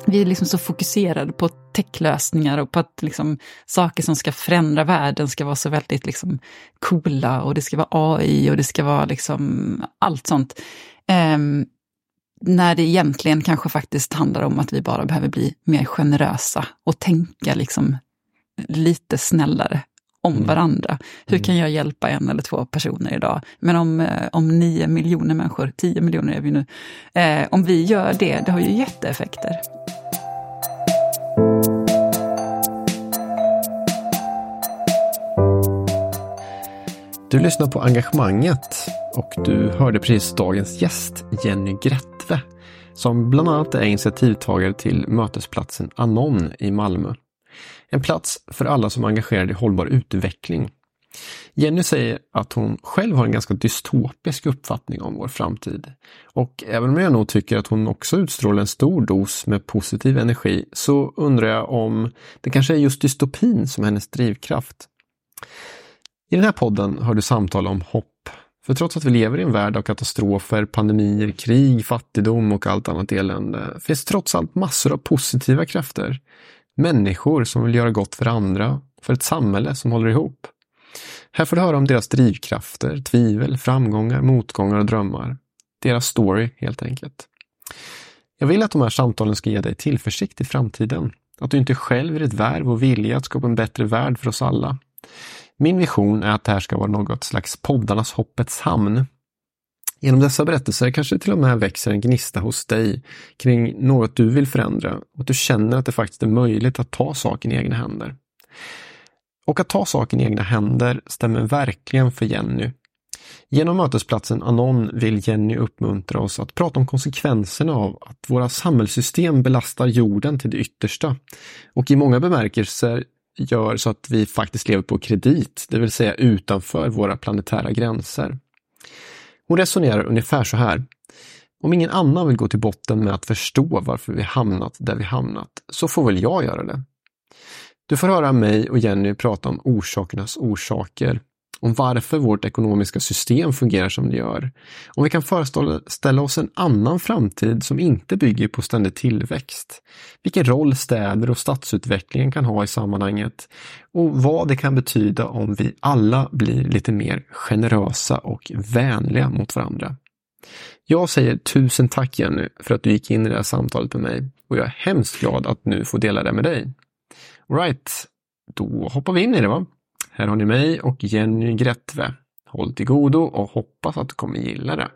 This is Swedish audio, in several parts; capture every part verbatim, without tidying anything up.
vi är liksom så fokuserade på techlösningar och på att liksom saker som ska förändra världen ska vara så väldigt liksom coola, och det ska vara A I och det ska vara liksom allt sånt. Um, när det egentligen kanske faktiskt handlar om att vi bara behöver bli mer generösa och tänka liksom lite snällare om mm. varandra. Hur mm. kan jag hjälpa en eller två personer idag? Men om, om nio miljoner människor, tio miljoner är vi nu, eh, om vi gör det, det har ju jätteeffekter. Du lyssnar på Engagemanget och du hörde precis dagens gäst Jenny Grättve, som bland annat är initiativtagare till mötesplatsen Anon i Malmö. En plats för alla som är engagerade i hållbar utveckling. Jenny säger att hon själv har en ganska dystopisk uppfattning om vår framtid. Och även om jag nog tycker att hon också utstrålar en stor dos med positiv energi, så undrar jag om det kanske är just dystopin som är hennes drivkraft. I den här podden har du samtal om hopp. För trots att vi lever i en värld av katastrofer, pandemier, krig, fattigdom och allt annat elände, finns trots allt massor av positiva krafter. Människor som vill göra gott för andra, för ett samhälle som håller ihop. Här får du höra om deras drivkrafter, tvivel, framgångar, motgångar och drömmar. Deras story helt enkelt. Jag vill att de här samtalen ska ge dig tillförsikt i framtiden. Att du inte själv är ett värv och vilja att skapa en bättre värld för oss alla. Min vision är att det här ska vara något slags poddarnas hoppets hamn. Genom dessa berättelser kanske till och med växer en gnista hos dig kring något du vill förändra, och att du känner att det faktiskt är möjligt att ta saken i egna händer. Och att ta saken i egna händer stämmer verkligen för Jenny. Genom mötesplatsen Anon vill Jenny uppmuntra oss att prata om konsekvenserna av att våra samhällssystem belastar jorden till det yttersta, och i många bemärkelser gör så att vi faktiskt lever på kredit, det vill säga utanför våra planetära gränser. Hon resonerar ungefär så här: om ingen annan vill gå till botten med att förstå varför vi hamnat där vi hamnat, så får väl jag göra det. Du får höra mig och Jenny prata om orsakernas orsaker, om varför vårt ekonomiska system fungerar som det gör, om vi kan föreställa oss en annan framtid som inte bygger på ständig tillväxt, vilken roll städer och stadsutvecklingen kan ha i sammanhanget, och vad det kan betyda om vi alla blir lite mer generösa och vänliga mot varandra. Jag säger tusen tack Jenny för att du gick in i det här samtalet med mig, och jag är hemskt glad att nu få dela det med dig. Right, då hoppar vi in i det, va? Här har ni mig och Jenny Grättve. Håll till godo och hoppas att du kommer gilla det.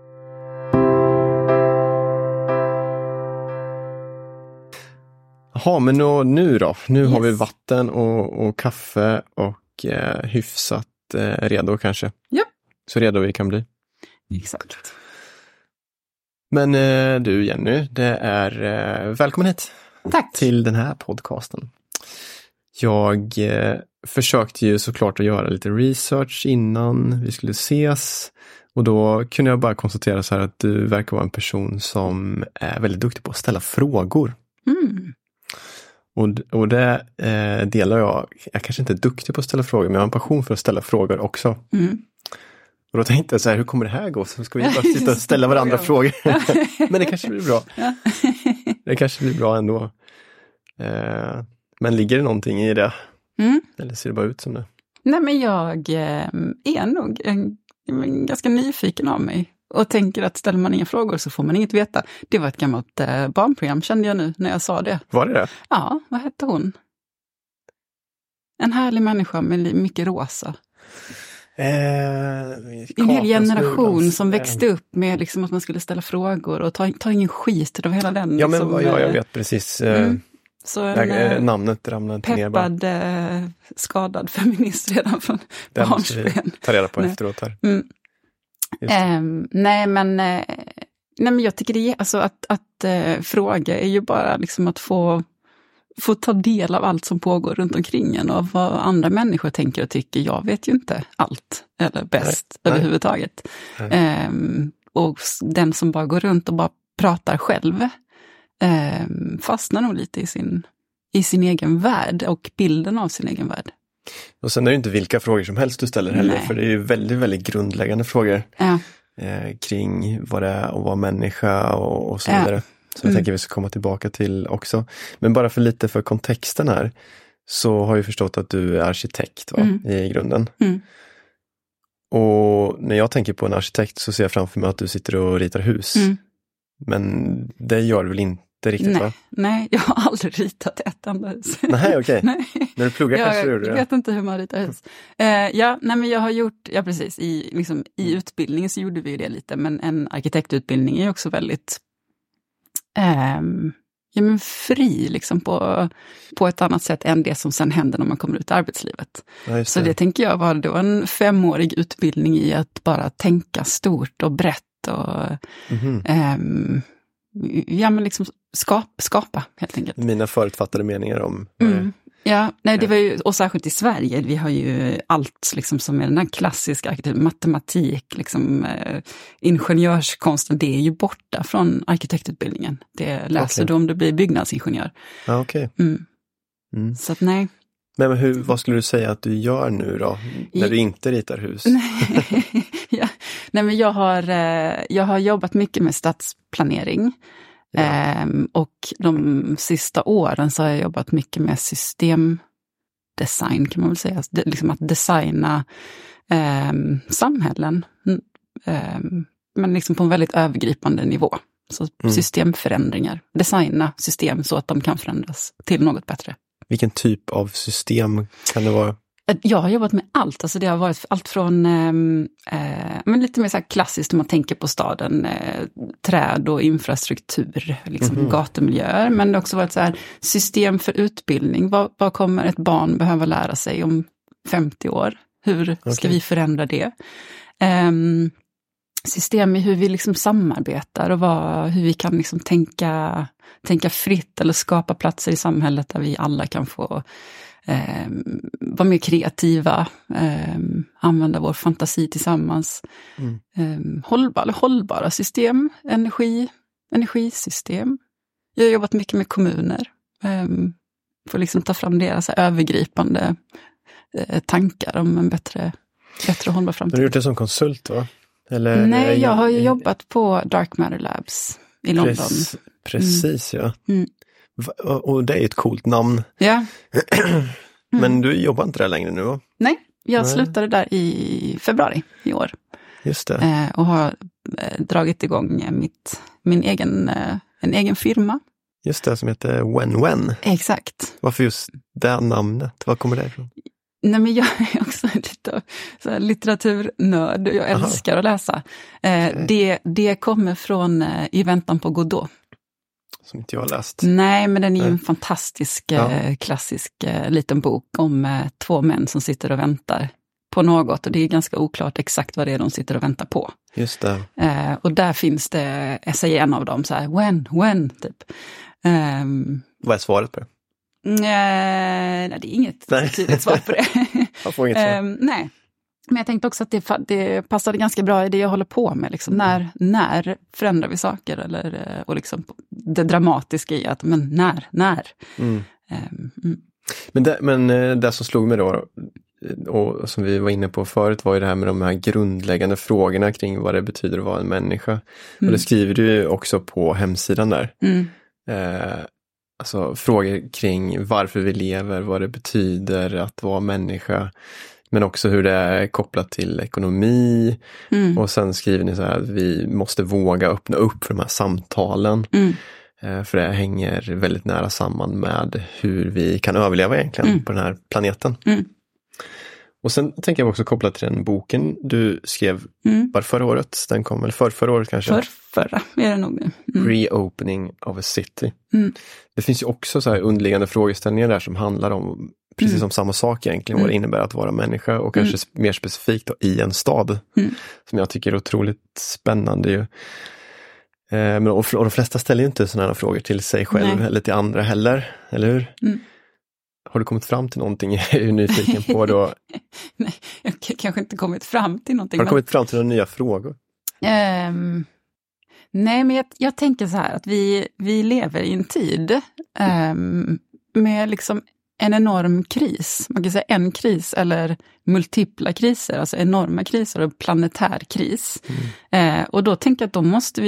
Jaha, men nu, nu då? Nu yes. har vi vatten och, och kaffe och eh, hyfsat eh, redo kanske. Ja. Så redo vi kan bli. Exakt. Men eh, du Jenny, det är eh, välkommen hit. Tack. Till den här podcasten. Jag eh, försökte ju såklart att göra lite research innan vi skulle ses, och då kunde jag bara konstatera så här att du verkar vara en person som är väldigt duktig på att ställa frågor. Mm. Och, och det eh, delar jag. Jag kanske inte är duktig på att ställa frågor, men jag har en passion för att ställa frågor också. Mm. Och då tänkte jag så här, hur kommer det här gå? Så ska vi bara sitta och ställa varandra frågor. Men det kanske blir bra. Det kanske blir bra ändå. Eh, men ligger det någonting i det? Mm. Eller ser det bara ut som det? Nej, men jag eh, är nog en, en ganska nyfiken av mig. Och tänker att ställer man inga frågor så får man inget veta. Det var ett gammalt eh, barnprogram, kände jag nu när jag sa det. Var det det? Ja, vad hette hon? En härlig människa med mycket rosa. Eh, en hel generation som växte upp med liksom att man skulle ställa frågor och ta, ta ingen skit av hela den. Ja, men liksom, ja, jag vet precis. Eh, mm. Så en, äh, namnet ramlade inte ner bara. Peppad, eh, skadad feminist redan från barnsben. Ta reda på efteråt här. Mm. Eh, nej, men, eh, nej, men jag tycker det är, alltså att, att eh, fråga är ju bara liksom att få, få ta del av allt som pågår runt omkring en och vad andra människor tänker och tycker. Jag vet ju inte allt eller bäst nej, överhuvudtaget. Nej. Eh, och den som bara går runt och bara pratar själv eh, fastnar nog lite i sin, i sin egen värld och bilden av sin egen värld. Och sen är det inte vilka frågor som helst du ställer heller, Nej. För det är ju väldigt, väldigt grundläggande frågor ja. eh, kring vad det är att vara människa och, och så vidare. Ja. Så jag mm. tänker vi ska komma tillbaka till också. Men bara för lite för kontexten här, så har jag förstått att du är arkitekt va? Mm. i grunden. Mm. Och när jag tänker på en arkitekt så ser jag framför mig att du sitter och ritar hus. Mm. Men det gör du väl inte riktigt nej, va? Nej, jag har aldrig ritat ett enda hus. Nej, okej. Okay. När du pluggar kanske du gjorde det. Jag vet inte hur man ritar hus. Uh, ja, nej men jag har gjort, ja precis, i, liksom, i utbildningen så gjorde vi det lite. Men en arkitektutbildning är också väldigt um, ja, men fri liksom på, på ett annat sätt än det som sen händer när man kommer ut i arbetslivet. Ja, det. Så det tänker jag var då en femårig utbildning i att bara tänka stort och brett och mm-hmm. um, ja, men liksom skapa, skapa helt enkelt. Mina förutfattade meningar om... Mm. Ja, nej, det var ju, och särskilt i Sverige, vi har ju allt liksom som är den här klassiska arkitektur, matematik, liksom, eh, ingenjörskonsten, det är ju borta från arkitektutbildningen. Det läser okay. du om du blir byggnadsingenjör. Ja, okej. Okay. Mm. Mm. Så att nej. Men hur, vad skulle du säga att du gör nu då, när I, du inte ritar hus? Nej, ja, nej men jag har, jag har jobbat mycket med stadsplanering. Ja. Ehm, och de sista åren så har jag jobbat mycket med systemdesign kan man väl säga. Det, liksom att designa ehm, samhällen. Ehm, men liksom på en väldigt övergripande nivå. Så mm. systemförändringar. Designa system så att de kan förändras till något bättre. Vilken typ av system kan det vara? Jag har jobbat med allt, alltså det har varit allt från eh, men lite mer så här klassiskt om man tänker på staden, eh, träd och infrastruktur, liksom mm-hmm. gatumiljöer, men det har också varit så här system för utbildning, vad, vad kommer ett barn behöva lära sig om femtio år, hur ska okay. vi förändra det? Eh, system i hur vi liksom samarbetar och vad, hur vi kan liksom tänka, tänka fritt eller skapa platser i samhället där vi alla kan få Eh, vara mer kreativa, eh, använda vår fantasi tillsammans. Mm. Eh, hållbara, hållbara system, energi, energisystem. Jag har jobbat mycket med kommuner eh, för att liksom ta fram deras övergripande eh, tankar om en bättre, bättre och hållbar framtid. Du har gjort det som konsult va? Eller, Nej, jag har ju jobbat på Dark Matter Labs i London. Precis, precis mm. ja. Mm. Och det är ett coolt namn. Ja. Mm. Men du jobbar inte där längre nu va? Nej, jag Nej. slutade där i februari i år. Just det. Eh, och har eh, dragit igång mitt, min egen, eh, en egen firma. Just det, som heter When When. Exakt. Varför just det namnet? Var kommer det ifrån? Nej, men jag är också lite så här litteraturnörd. Jag älskar Aha. att läsa. Eh, okay. det, det kommer från eh, I väntan på Godot. Som inte jag har läst. Nej, men den är ju en fantastisk ja. eh, klassisk eh, liten bok om eh, två män som sitter och väntar på något. Och det är ganska oklart exakt vad det är de sitter och väntar på. Just det. Eh, och där finns det, jag säger en av dem så här, when, when, typ. Um, vad är svaret på det? Nej, nej det är inget tydligt svar på det. Jag får inget svar. um, nej. Men jag tänkte också att det, det passade ganska bra i det jag håller på med. Liksom. När, när förändrar vi saker? Eller, och liksom det dramatiska i att, men när, när? Mm. Um, mm. Men, det, men det som slog mig då, och som vi var inne på förut, var ju det här med de här grundläggande frågorna kring vad det betyder att vara en människa. Mm. Och det skriver du också på hemsidan där. Mm. Eh, alltså frågor kring varför vi lever, vad det betyder att vara människa. Men också hur det är kopplat till ekonomi. Mm. Och sen skriver ni så här att vi måste våga öppna upp för de här samtalen. Mm. Eh, för det hänger väldigt nära samman med hur vi kan överleva egentligen mm. på den här planeten. Mm. Och sen tänker jag också koppla till den boken du skrev mm. bara förra året. Den kom väl för förra året kanske? För förra är det nog nu. Mm. Reopening of a city. Mm. Det finns ju också så här underliggande frågeställningar där som handlar om precis mm. som samma sak egentligen. Mm. Vad det innebär att vara människa och kanske mm. mer specifikt då, i en stad. Mm. Som jag tycker är otroligt spännande ju. Eh, men, och, och de flesta ställer ju inte sådana här frågor till sig själv Nej. eller till andra heller. Eller hur? Mm. Har du kommit fram till någonting jag är nyfiken på då? Nej, jag har kanske inte kommit fram till någonting. Har du kommit fram till några nya frågor? Um, nej, men jag, jag tänker så här att vi, vi lever i en tid um, med liksom en enorm kris. Man kan säga en kris eller multipla kriser, alltså enorma kriser och planetär kris. Mm. Uh, och då tänker jag att då måste vi gå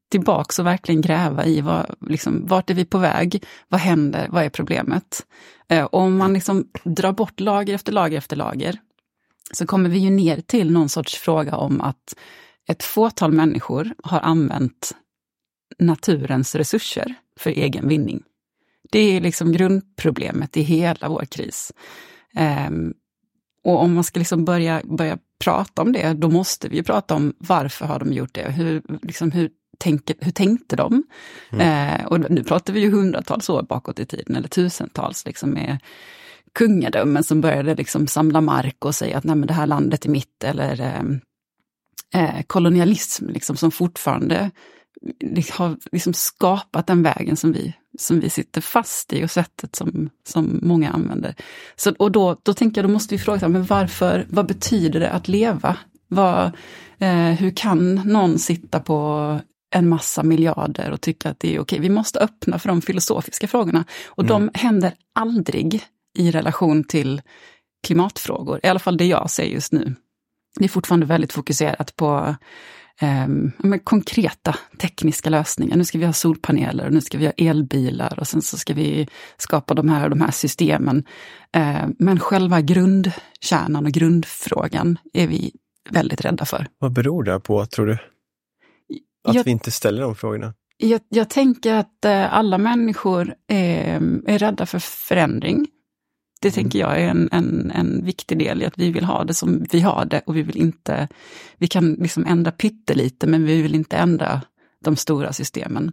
tillbaka och verkligen gräva i vad, liksom, vart är vi på väg, vad händer, vad är problemet. Eh, och om man liksom drar bort lager efter lager efter lager så kommer vi ju ner till någon sorts fråga om att ett fåtal människor har använt naturens resurser för egen vinning. Det är liksom grundproblemet i hela vår kris. Um, och om man ska liksom börja, börja prata om det, då måste vi ju prata om varför har de gjort det? Hur, liksom, hur, tänker, hur tänkte de? Mm. Uh, och nu pratar vi ju hundratals år bakåt i tiden, eller tusentals liksom med kungadömen som började liksom samla mark och säga att nej, men det här landet är mitt, eller um, uh, kolonialism liksom, som fortfarande har liksom skapat den vägen som vi, som vi sitter fast i och sättet som, som många använder. Så, och då, då tänker jag, då måste vi fråga, men varför, vad betyder det att leva? Vad, eh, hur kan någon sitta på en massa miljarder och tycka att det är okej? Vi måste öppna för de filosofiska frågorna. Och mm. de händer aldrig i relation till klimatfrågor. I alla fall det jag ser just nu. Det är fortfarande väldigt fokuserat på Um, med konkreta tekniska lösningar. Nu ska vi ha solpaneler och nu ska vi ha elbilar och sen så ska vi skapa de här och de här systemen. Uh, men själva grundkärnan och grundfrågan är vi väldigt rädda för. Vad beror det på, tror du? Att jag, vi inte ställer de frågorna? Jag, jag tänker att uh, alla människor är, är rädda för förändring. Det tänker jag är en, en, en viktig del i att vi vill ha det som vi har det och vi vill inte, vi kan liksom ändra pyttelite men vi vill inte ändra de stora systemen.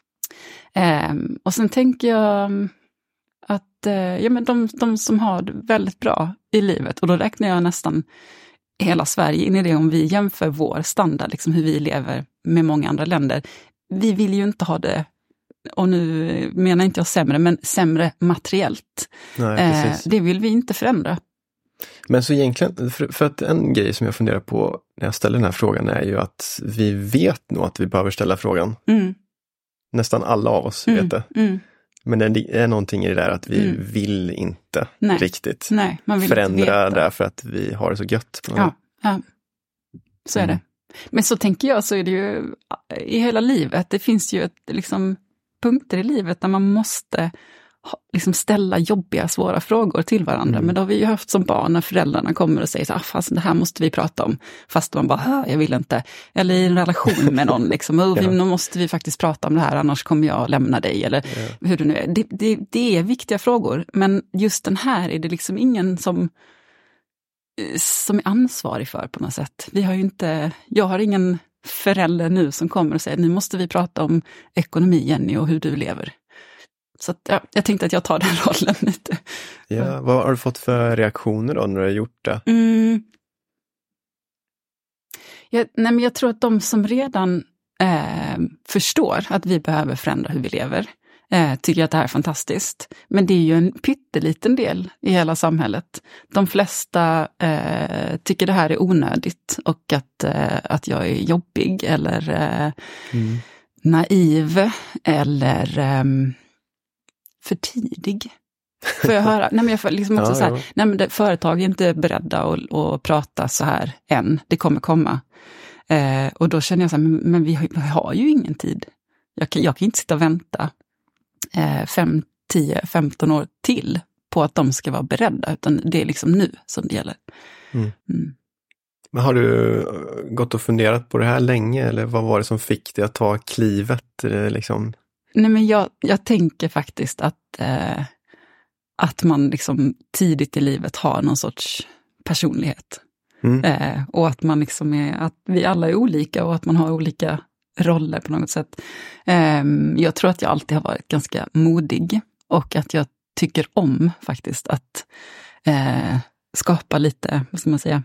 Eh, och sen tänker jag att eh, ja, men de, de som har det väldigt bra i livet, och då räknar jag nästan hela Sverige in i det om vi jämför vår standard, liksom hur vi lever med många andra länder. Vi vill ju inte ha det, och nu menar inte jag sämre, men sämre materiellt. Nej, eh, det vill vi inte förändra. Men så egentligen, för, för att en grej som jag funderar på när jag ställer den här frågan är ju att vi vet nog att vi behöver ställa frågan. Mm. Nästan alla av oss mm. vet det. Mm. Men det är någonting i det där att vi mm. vill inte Nej. riktigt Nej, man vill förändra inte därför att vi har det så gött. Ja, ja, så är mm. det. Men så tänker jag, så är det ju i hela livet. Det finns ju ett, liksom, punkter i livet där man måste ha, liksom ställa jobbiga, svåra frågor till varandra. Mm. Men då har vi ju haft som barn när föräldrarna kommer och säger så, ah, fast det här måste vi prata om. Fast man bara, jag vill inte. Eller i en relation med någon, liksom, oh, ja. vi, nu måste vi faktiskt prata om det här, annars kommer jag lämna dig. Eller ja. hur det nu är. Det, det, det är viktiga frågor, men just den här är det liksom ingen som som är ansvarig för på något sätt. Vi har ju inte, jag har ingen förälder nu som kommer och säger, nu måste vi prata om ekonomi, Jenny, och hur du lever. Så att, ja, jag tänkte att jag tar den rollen lite. Ja, vad har du fått för reaktioner då när du har gjort det? Mm. Jag, nej, men jag tror att de som redan eh, förstår att vi behöver förändra hur vi lever, eh, tycker att det här är fantastiskt. Men det är ju en pytteliten del i hela samhället. De flesta eh, tycker det här är onödigt och att, eh, att jag är jobbig eller eh, mm. naiv eller eh, för tidig. Får jag höra? Nej, men jag får liksom också ja, så här, ja. nej, men det, företag är inte beredda att, att prata så här än. Det kommer komma. Eh, och då känner jag så här, men, men vi, har, vi har ju ingen tid. Jag kan, jag kan inte sitta och vänta eh, fem, tio, femton år till på att de ska vara beredda. Utan det är liksom nu som det gäller. Mm. Mm. Men har du gått och funderat på det här länge? Eller vad var det som fick dig att ta klivet? Liksom? Nej, men jag, jag tänker faktiskt att eh, att man liksom tidigt i livet har någon sorts personlighet. Mm. Eh, och att man liksom är, att vi alla är olika och att man har olika roller på något sätt. Eh, jag tror att jag alltid har varit ganska modig och att jag tycker om faktiskt att eh, skapa lite, vad ska man säga,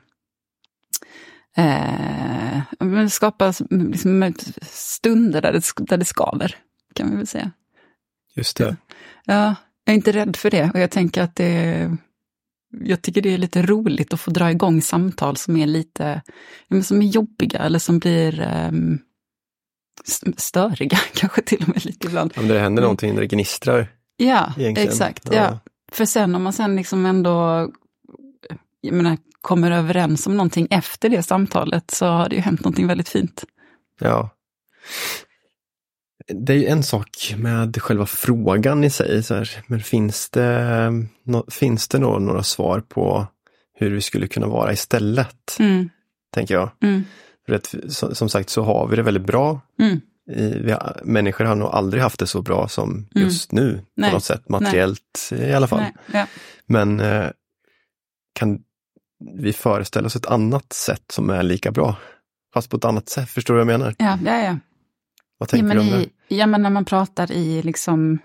eh, skapa liksom stunder där det, där det skaver, kan vi väl säga. Just det. Ja, jag är inte rädd för det och jag tänker att det, jag tycker det är lite roligt att få dra igång samtal som är lite, som är jobbiga eller som blir um, störiga kanske till och med lite ibland. Om det händer någonting när det gnistrar. Ja, egentligen. Exakt. Ja. Ja. För sen om man sen liksom ändå, jag menar, kommer överens om någonting efter det samtalet så har det ju hänt någonting väldigt fint. Ja. det är ju en sak med själva frågan i sig, så här, men finns det, no, finns det då några svar på hur vi skulle kunna vara istället, mm. tänker jag. Mm. För att, som sagt så har vi det väldigt bra. Mm. I, vi har, människor har nog aldrig haft det så bra som just mm. nu, Nej. på något sätt, materiellt Nej. i alla fall. Ja. Men eh, kan vi föreställa oss ett annat sätt som är lika bra? Fast på ett annat sätt, förstår du vad jag menar? Ja, ja, ja. Vad tänker ja, men du om i, det? Ja, men när man pratar i liksom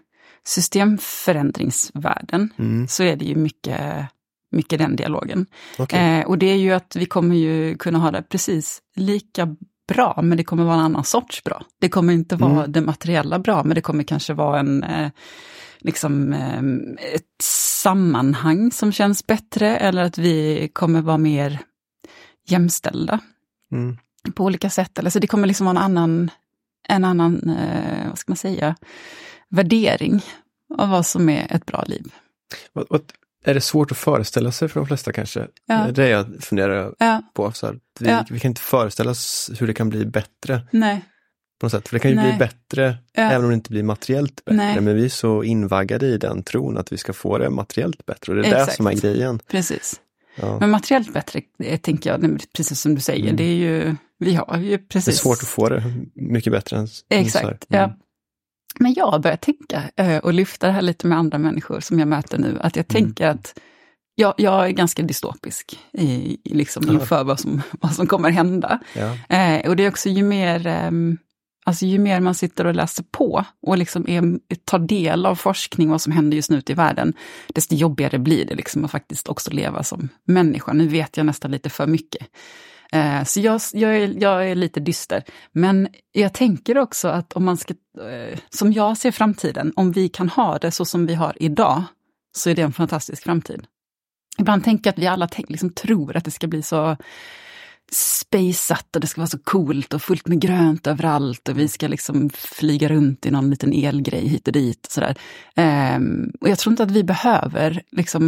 systemförändringsvärlden mm. så är det ju mycket, mycket den dialogen. Okay. Eh, och det är ju att vi kommer ju kunna ha det precis lika bra, men det kommer vara en annan sorts bra. Det kommer inte vara mm. det materiella bra, men det kommer kanske vara en eh, liksom eh, ett sammanhang som känns bättre, eller att vi kommer vara mer jämställda mm. på olika sätt. Eller så det kommer liksom vara en annan en annan, eh, vad ska man säga, värdering av vad som är ett bra liv. Vad, vad, är det svårt att föreställa sig för de flesta kanske? Ja. Det är det jag funderar ja. på. Så här, vi, ja. vi kan inte föreställa oss hur det kan bli bättre. Nej. På något sätt. För det kan ju Nej. bli bättre, ja. även om det inte blir materiellt bättre. Nej. Men vi är så invaggade i den tron att vi ska få det materiellt bättre. Och det är Exakt. det som är grejen. Precis. Ja. Men materiellt bättre, tänker jag, precis som du säger, mm. det är ju, vi har ju precis... Det är svårt att få det mycket bättre än Exakt, mm. ja. Men jag börjar tänka och lyfta det här lite med andra människor som jag möter nu, att jag mm. tänker att jag, jag är ganska dystopisk i, liksom, inför vad som, vad som kommer hända. Ja. Eh, och det är också ju mer... Eh, Alltså ju mer man sitter och läser på och liksom är, tar del av forskning, vad som händer just nu ute i världen, desto jobbigare blir det liksom att faktiskt också leva som människa. Nu vet jag nästan lite för mycket. Eh, så jag, jag, är, jag är lite dyster. Men jag tänker också att om man ska, eh, som jag ser framtiden, om vi kan ha det så som vi har idag, så är det en fantastisk framtid. Ibland tänker jag att vi alla tänk, liksom, tror att det ska bli så spaceat och det ska vara så coolt och fullt med grönt överallt och vi ska liksom flyga runt i någon liten elgrej hit och dit och sådär. Um, och jag tror inte att vi behöver liksom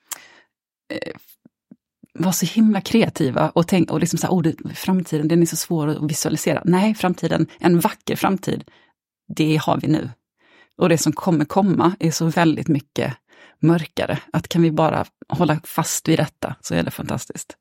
uh, vara så himla kreativa och tänka och liksom så här, oh, det, framtiden, den är så svår att visualisera. Nej, framtiden, en vacker framtid, det har vi nu. Och det som kommer komma är så väldigt mycket mörkare. Att kan vi bara hålla fast vid detta, så är det fantastiskt.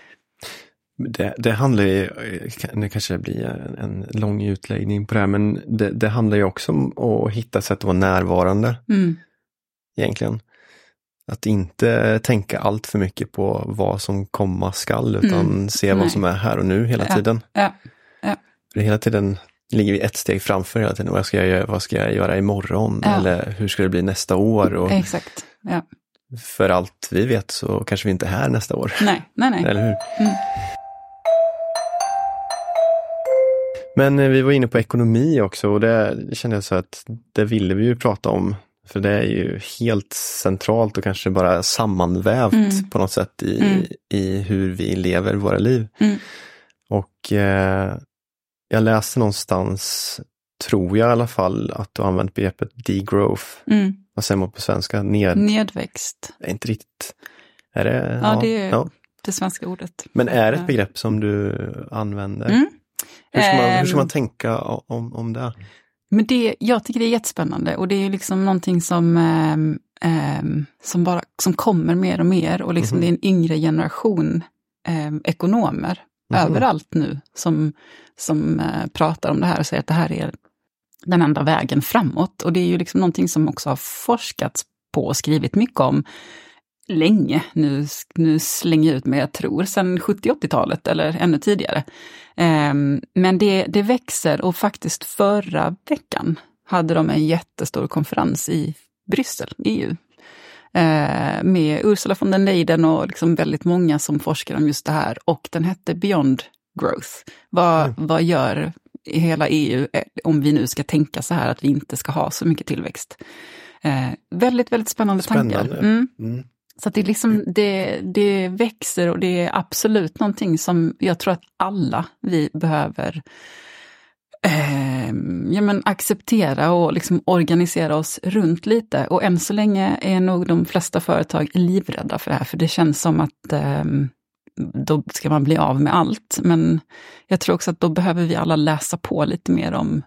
Det, det handlar ju, det kanske blir en, en lång utläggning på det här, men det, det handlar ju också om att hitta sätt att vara närvarande. Mm. Egentligen. Att inte tänka allt för mycket på vad som komma skall, utan mm. se vad Nej. som är här och nu hela ja. tiden. Ja. Ja. För hela tiden ligger vi ett steg framför hela tiden. Vad ska jag göra, vad ska jag göra imorgon? Ja. Eller hur ska det bli nästa år? Och Exakt, ja. För allt vi vet så kanske vi inte är här nästa år. Nej, nej, nej. Eller hur? Mm. Men vi var inne på ekonomi också, och det kände jag så att det ville vi ju prata om. För det är ju helt centralt och kanske bara sammanvävt mm. på något sätt i, mm. i hur vi lever våra liv. Mm. Och eh, jag läste någonstans, tror jag i alla fall, att du har använt begreppet degrowth. Mm. Vad säger man på svenska? Ned... Nedväxt. Det är inte riktigt... Är det? Ja, ja, det är ja. det svenska ordet. Men är det ett begrepp som du använder? Mm. Hur ska man, hur ska man tänka om, om det? Men det, jag tycker det är jättespännande, och det är liksom någonting som, eh, som, bara, som kommer mer och mer, och liksom mm-hmm. det är en yngre generation eh, ekonomer mm-hmm. överallt nu som, som eh, pratar om det här och säger att det här är den enda vägen framåt. Och det är ju liksom någonting som också har forskats på och skrivit mycket om länge. Nu, nu slänger jag ut mig, jag tror, sedan sjuttio-åttiotalet eller ännu tidigare. Um, men det, det växer, och faktiskt förra veckan hade de en jättestor konferens i Bryssel, E U. Uh, med Ursula von der Leyen och liksom väldigt många som forskar om just det här. Och den hette Beyond Growth. Vad, mm. vad gör hela E U om vi nu ska tänka så här att vi inte ska ha så mycket tillväxt? Uh, väldigt, väldigt spännande, spännande. tankar. Mm. Mm. Så att det, liksom, det, det växer, och det är absolut någonting som jag tror att alla vi behöver eh, ja, men acceptera och liksom organisera oss runt lite. Och än så länge är nog de flesta företag livrädda för det här, för det känns som att eh, då ska man bli av med allt. Men jag tror också att då behöver vi alla läsa på lite mer om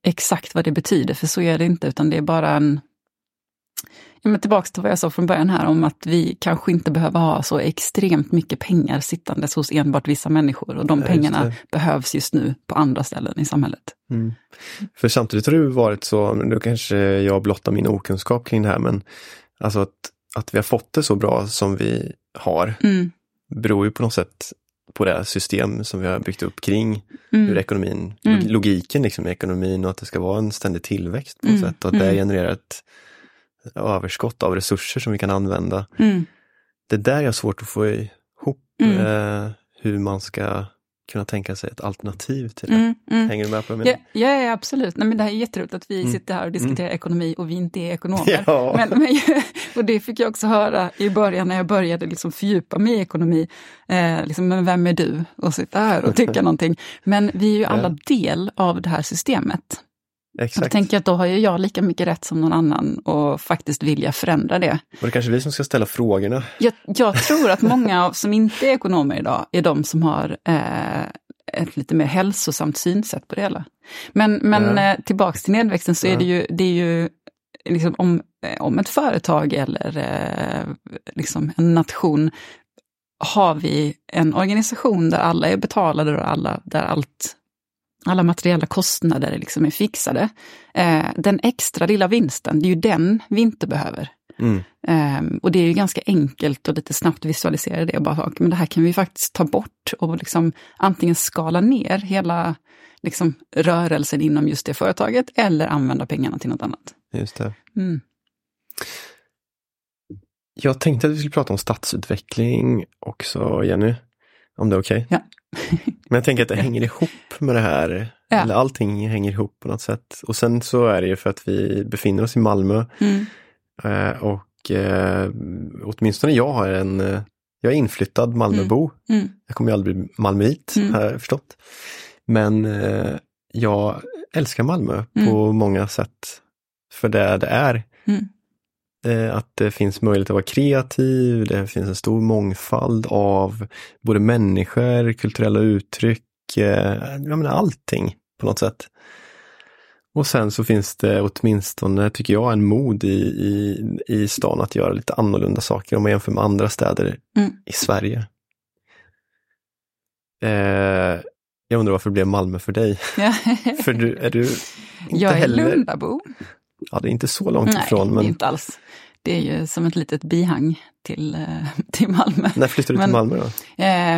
exakt vad det betyder, för så är det inte, utan det är bara en... Ja, men tillbaka till vad jag sa från början här om att vi kanske inte behöver ha så extremt mycket pengar sittandes hos enbart vissa människor, och de ja, pengarna just behövs just nu på andra ställen i samhället. Mm. För samtidigt har det varit så, då kanske jag blottar min okunskap kring det här, men alltså att, att vi har fått det så bra som vi har mm. beror ju på något sätt på det här system som vi har byggt upp kring mm. hur ekonomin, mm. logiken liksom i ekonomin, och att det ska vara en ständig tillväxt på något mm. sätt, och att det genererar ett överskott av resurser som vi kan använda. Mm. Det där är svårt att få ihop mm. eh, hur man ska kunna tänka sig ett alternativ till det. Mm, mm. Hänger du med på det? Ja, ja, absolut. Nej, men det här är jätteroligt att vi mm. sitter här och diskuterar mm. ekonomi och vi inte är ekonomer. Ja. Men, men, och det fick jag också höra i början när jag började liksom fördjupa mig i ekonomi. Eh, liksom, men vem är du? Och sitta här och tycka någonting. Men vi är ju alla ja. del av det här systemet. Exakt. Jag tänker att då har ju jag lika mycket rätt som någon annan och faktiskt vilja förändra det. Och det är kanske vi som ska ställa frågorna. Jag, jag tror att många som inte är ekonomer idag är de som har eh, ett lite mer hälsosamt synsätt på det hela. Men, men ja. eh, tillbaks till nedväxten så ja. är det ju, det är ju liksom om, om ett företag eller eh, liksom en nation har vi en organisation där alla är betalade och alla, där allt alla materiella kostnader liksom är fixade. Eh, den extra lilla vinsten, det är ju den vi inte behöver. Mm. Eh, och det är ju ganska enkelt och lite snabbt visualisera det och bara, men det här kan vi faktiskt ta bort och liksom antingen skala ner hela liksom, rörelsen inom just det företaget eller använda pengarna till något annat. Just det. Mm. Jag tänkte att vi skulle prata om stadsutveckling också, Jenny. Om det är okej? Okay. Ja. Men jag tänker att det hänger ihop med det här. Ja. Eller allting hänger ihop på något sätt. Och sen så är det ju för att vi befinner oss i Malmö. Mm. Eh, och eh, åtminstone jag har en... Eh, jag är inflyttad Malmöbo. Mm. Mm. Jag kommer ju aldrig bli Malmöit, mm. har jag förstått. Men eh, jag älskar Malmö mm. på många sätt. För det det är. Mm. Att det finns möjlighet att vara kreativ, det finns en stor mångfald av både människor, kulturella uttryck, jag menar allting på något sätt. Och sen så finns det åtminstone, tycker jag, en mod i, i, i stan att göra lite annorlunda saker om man jämför med andra städer mm. i Sverige. Eh, jag undrar varför det blev Malmö för dig? För du, är du inte jag är heller... Lundabo. Ja, det är inte så långt Nej, ifrån. Men... det är inte alls. Det är ju som ett litet bihang till, till Malmö. När flyttade du men, till Malmö då? Eh,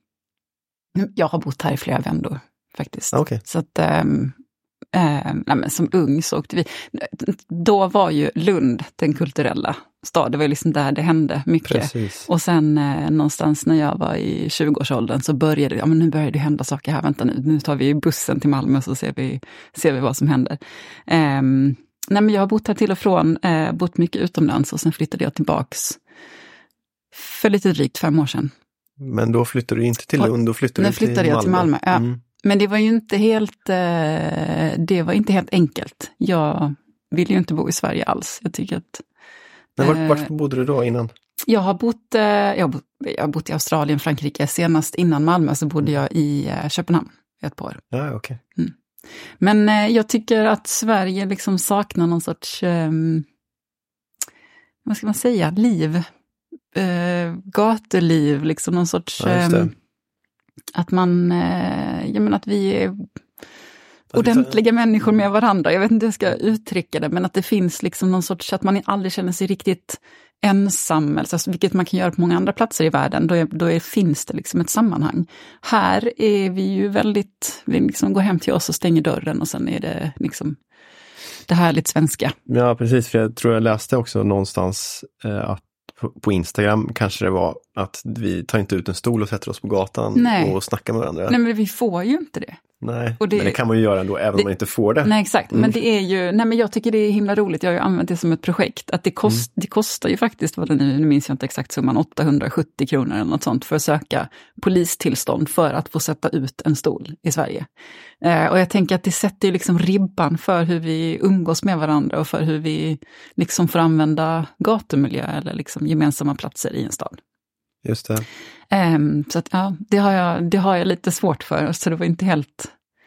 jag har bott här i flera vändor faktiskt. Ah, okay. Så att eh, eh, nej, men som ung så åkte vi. Då var ju Lund den kulturella stad. Det var ju liksom där det hände mycket. Precis. Och sen eh, någonstans när jag var i tjugoårsåldern så började ja, men nu började det hända saker här. Vänta nu, nu tar vi bussen till Malmö så ser vi, ser vi vad som händer. Eh, Nej, men jag har bott här till och från, eh, bott mycket utomlands och sen flyttade jag tillbaks för lite drygt fem år sedan. Men då flyttade du inte till Lund, då flyttade du till flyttade jag Malmö. till Malmö. Ja. Mm. Men det var ju inte helt, eh, det var inte helt enkelt. Jag ville ju inte bo i Sverige alls. Jag tycker att... Men vart, eh, vart bodde du då innan? Jag har bott, eh, jag har bott, jag har bott i Australien, Frankrike. Senast innan Malmö så bodde jag i eh, Köpenhamn i ett par år. Ja, okej. Okay. Mm. Men eh, jag tycker att Sverige liksom saknar någon sorts, eh, vad ska man säga, liv. Eh, gatuliv, liksom någon sorts, ja, eh, att man, eh, jag menar att vi är ordentliga människor med varandra. Jag vet inte hur jag ska uttrycka det, men att det finns liksom någon sorts, att man aldrig känner sig riktigt ensam, alltså, vilket man kan göra på många andra platser i världen, då, är, då är, finns det liksom ett sammanhang. Här är vi ju väldigt, vi liksom går hem till oss och stänger dörren och sen är det liksom det härligt svenska. Ja, precis, för jag tror jag läste också någonstans eh, att på, på Instagram kanske det var att vi tar inte ut en stol och sätter oss på gatan Nej. och snackar med varandra. Nej, men vi får ju inte det. Nej, och det, men det kan man ju göra ändå även det, om man inte får det. Nej, exakt. Mm. Men det är ju, nej men jag tycker det är himla roligt. Jag har ju använt det som ett projekt. Att det, kost, mm. det kostar ju faktiskt, vad det nu, nu minns jag inte exakt summan, åttahundrasjuttio kronor eller något sånt för att söka polistillstånd för att få sätta ut en stol i Sverige. Eh, och jag tänker att det sätter ju liksom ribban för hur vi umgås med varandra och för hur vi liksom får använda gatumiljö eller liksom gemensamma platser i en stad. Just det. Um, så att ja, det har, jag, det har jag lite svårt för, så det var inte helt,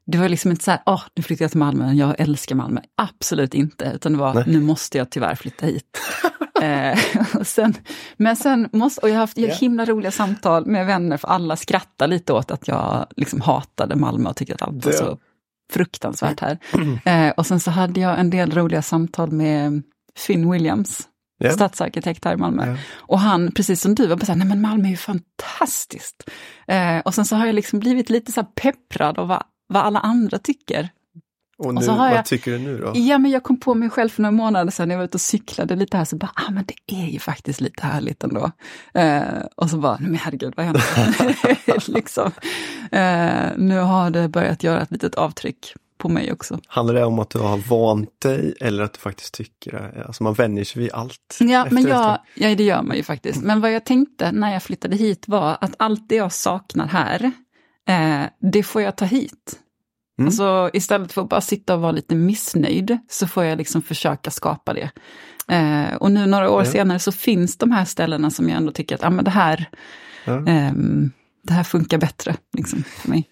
det var liksom inte så här, åh, oh, nu flyttar jag till Malmö, jag älskar Malmö. Absolut inte, utan det var, Nej. nu måste jag tyvärr flytta hit. eh, och sen, men sen måste, och jag har haft yeah. himla roliga samtal med vänner, för alla skrattar lite åt att jag liksom hatade Malmö och tyckte att allt var så fruktansvärt här. Eh, och sen så hade jag en del roliga samtal med Finn Williams, yeah. stadsarkitekt här i Malmö. Yeah. Och han, precis som du, var bara så här, nej men Malmö är ju fantastiskt. Eh, och sen så har jag liksom blivit lite så här pepprad av vad, vad alla andra tycker. Och, nu, och så har vad jag, tycker du nu då? Ja, men jag kom på mig själv för några månader sedan när jag var ute och cyklade lite här, så bara, ah men det är ju faktiskt lite härligt ändå. Eh, och så bara, nej men herregud, vad händer? liksom. eh, nu har det börjat göra ett litet avtryck på mig också. Handlar det om att du har vant dig eller att du faktiskt tycker det? Alltså man vänjer sig vid allt. Ja, men jag, ja, det gör man ju faktiskt. Men vad jag tänkte när jag flyttade hit var att allt det jag saknar här, eh, det får jag ta hit. Mm. Alltså istället för att bara sitta och vara lite missnöjd så får jag liksom försöka skapa det. Eh, och nu några år ja. senare så finns de här ställena som jag ändå tycker att ah, men det, här, ja. eh, det här funkar bättre liksom, för mig.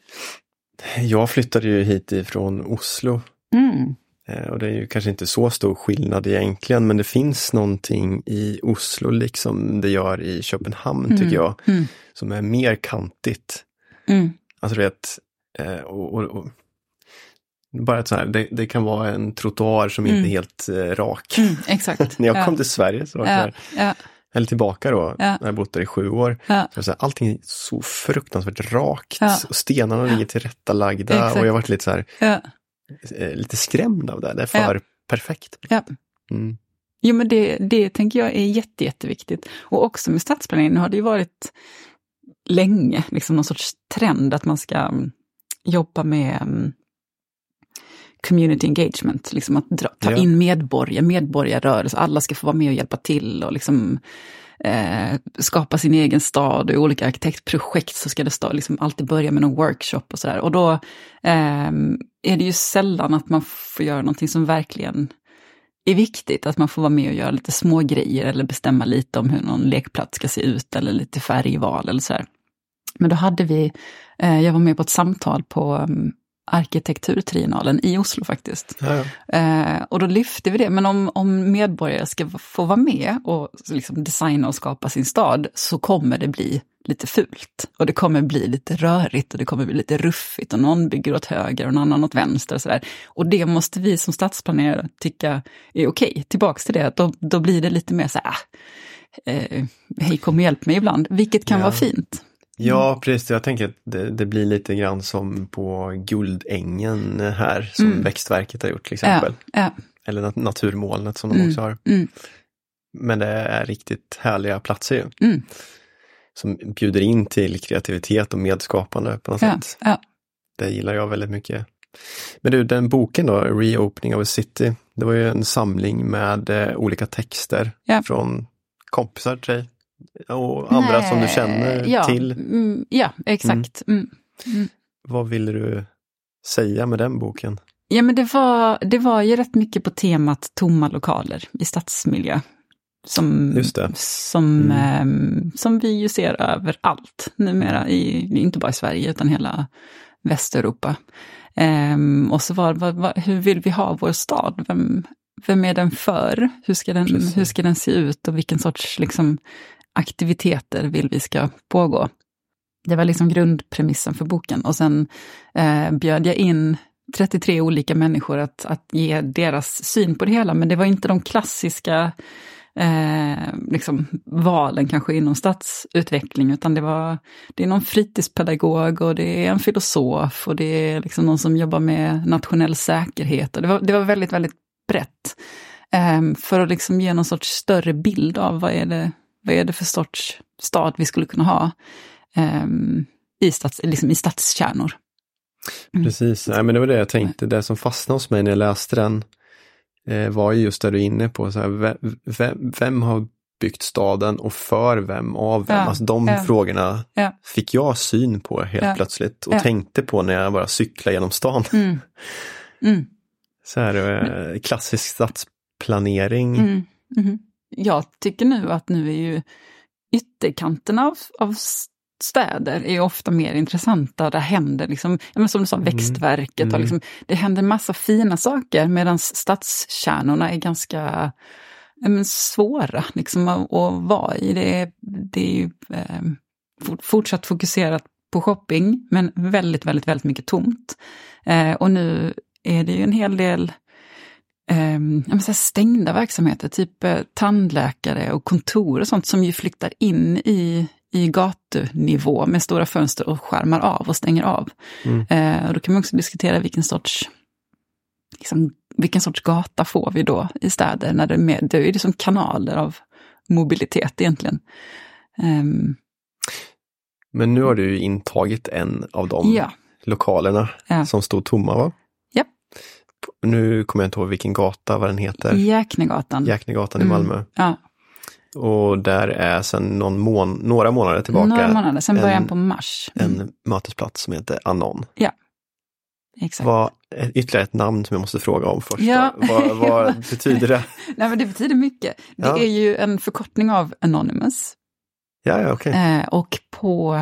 Jag flyttade ju hit ifrån Oslo. Mm. Eh, och det är ju kanske inte så stor skillnad egentligen, men det finns någonting i Oslo liksom det gör i Köpenhamn mm. tycker jag. Mm. Som är mer kantigt. Mm. Alltså det är ett, eh, och, och, och bara ett så här, det, det kan vara en trottoar som mm. inte är helt eh, rak. Mm, exakt. När jag ja. kom till Sverige så var det ja. så här, ja. eller tillbaka då, ja. när jag bott där i sju år. Ja. Så här, allting är så fruktansvärt rakt. Ja. Och stenarna ja. ligger tillrättalagda. Exakt. Och jag har varit lite så här, ja. eh, lite skrämd av det. Det är för ja. perfekt. Ja. Mm. Jo, men det, det tänker jag är jätte, jätteviktigt. Och också med stadsplanering har det ju varit länge liksom någon sorts trend att man ska jobba med um, community engagement, liksom att dra, ta ja. in medborgare, medborgarrörelse, alla ska få vara med och hjälpa till och liksom eh, skapa sin egen stad, och i olika arkitektprojekt så ska det stå, liksom alltid börja med någon workshop och sådär. Och då eh, är det ju sällan att man får göra någonting som verkligen är viktigt, att man får vara med och göra lite små grejer eller bestämma lite om hur någon lekplats ska se ut eller lite färgval eller sådär. Men då hade vi, eh, jag var med på ett samtal på um, arkitekturtriennalen i Oslo faktiskt. Ja, ja. Eh, och då lyfte vi det, men om, om medborgare ska få vara med och liksom designa och skapa sin stad så kommer det bli lite fult. Och det kommer bli lite rörigt och det kommer bli lite ruffigt och någon bygger åt höger och någon annan åt vänster och sådär. Och det måste vi som stadsplanerare tycka är okej. Tillbaks till det, då, då blir det lite mer så här, eh, hej kom och hjälp mig ibland, vilket kan ja. vara fint. Ja, precis. Jag tänker att det, det blir lite grann som på Guldängen här som mm. Växtverket har gjort till exempel. Ja, ja. Eller nat- Naturmolnet som de mm. också har. Mm. Men det är riktigt härliga platser ju. Mm. Som bjuder in till kreativitet och medskapande på något ja, sätt. Ja. Det gillar jag väldigt mycket. Men du, den boken då, Reopening of a City, det var ju en samling med eh, olika texter ja. från kompisar till dig. Och andra Nej, som du känner ja, till. Mm, ja, exakt. Mm. Mm. Vad ville du säga med den boken? Ja, men det var, det var ju rätt mycket på temat tomma lokaler i stadsmiljö. Som, Just det. Som, mm. eh, som vi ju ser överallt numera, i, inte bara i Sverige utan hela Västeuropa. Eh, och så var vad, vad, hur vill vi ha vår stad? Vem, vem är den för? Hur ska den, hur ska den se ut och vilken sorts liksom, aktiviteter vill vi ska pågå? Det var liksom grundpremissen för boken. Och sen eh, bjöd jag in trettiotre olika människor att, att ge deras syn på det hela. Men det var inte de klassiska eh, liksom, valen kanske inom stadsutveckling, utan det var det är någon fritidspedagog och det är en filosof och det är liksom någon som jobbar med nationell säkerhet. Och det var, det var väldigt, väldigt brett. Eh, för att liksom ge någon sorts större bild av vad är det Vad är det för sorts stad vi skulle kunna ha um, i, stads, liksom i stadskärnor? Mm. Precis, ja, men det var det jag tänkte. Det som fastnade hos mig när jag läste den eh, var just det du är inne på. Så här, vem, vem, vem har byggt staden och för vem av vem? Ja, alltså de ja. frågorna ja. fick jag syn på helt ja. plötsligt och ja. tänkte på när jag bara cyklade genom stan. Mm. Mm. Så här, eh, klassisk stadsplanering. Mm. Mm. Jag tycker nu att nu är ju ytterkanterna av, av städer är ofta mer intressanta. Där händer liksom, som du sa, växtverket. Mm. Och liksom, det händer massa fina saker medan stadskärnorna är ganska men, svåra liksom, att, att vara i. Det är, det är ju eh, fortsatt fokuserat på shopping men väldigt, väldigt, väldigt mycket tomt. Eh, och nu är det ju en hel del eh, jag säga, stängda verksamheter, typ eh, tandläkare och kontor och sånt som ju flyttar in i, i gatunivå med stora fönster och skärmar av och stänger av. Mm. Eh, och då kan man också diskutera vilken sorts liksom, vilken sorts gata får vi då i städer när det är, med, det är det som kanaler av mobilitet egentligen. Um, Men nu har du intagit en av de ja. lokalerna ja. som stod tomma, va? Ja. Nu kommer jag inte ihåg vilken gata, vad den heter. Jäknegatan. Jäknegatan i Malmö. Mm. Ja. Och där är sedan någon mån- några månader tillbaka. Några månader, sen en, början på mars. Mm. En mötesplats som heter Anon. Ja, exakt. Vad är ytterligare ett namn som jag måste fråga om först? Ja. Vad, vad betyder det? Nej, men det betyder mycket. Det ja. är ju en förkortning av Anonymous. Ja, ja, okej. Okay. Eh, och på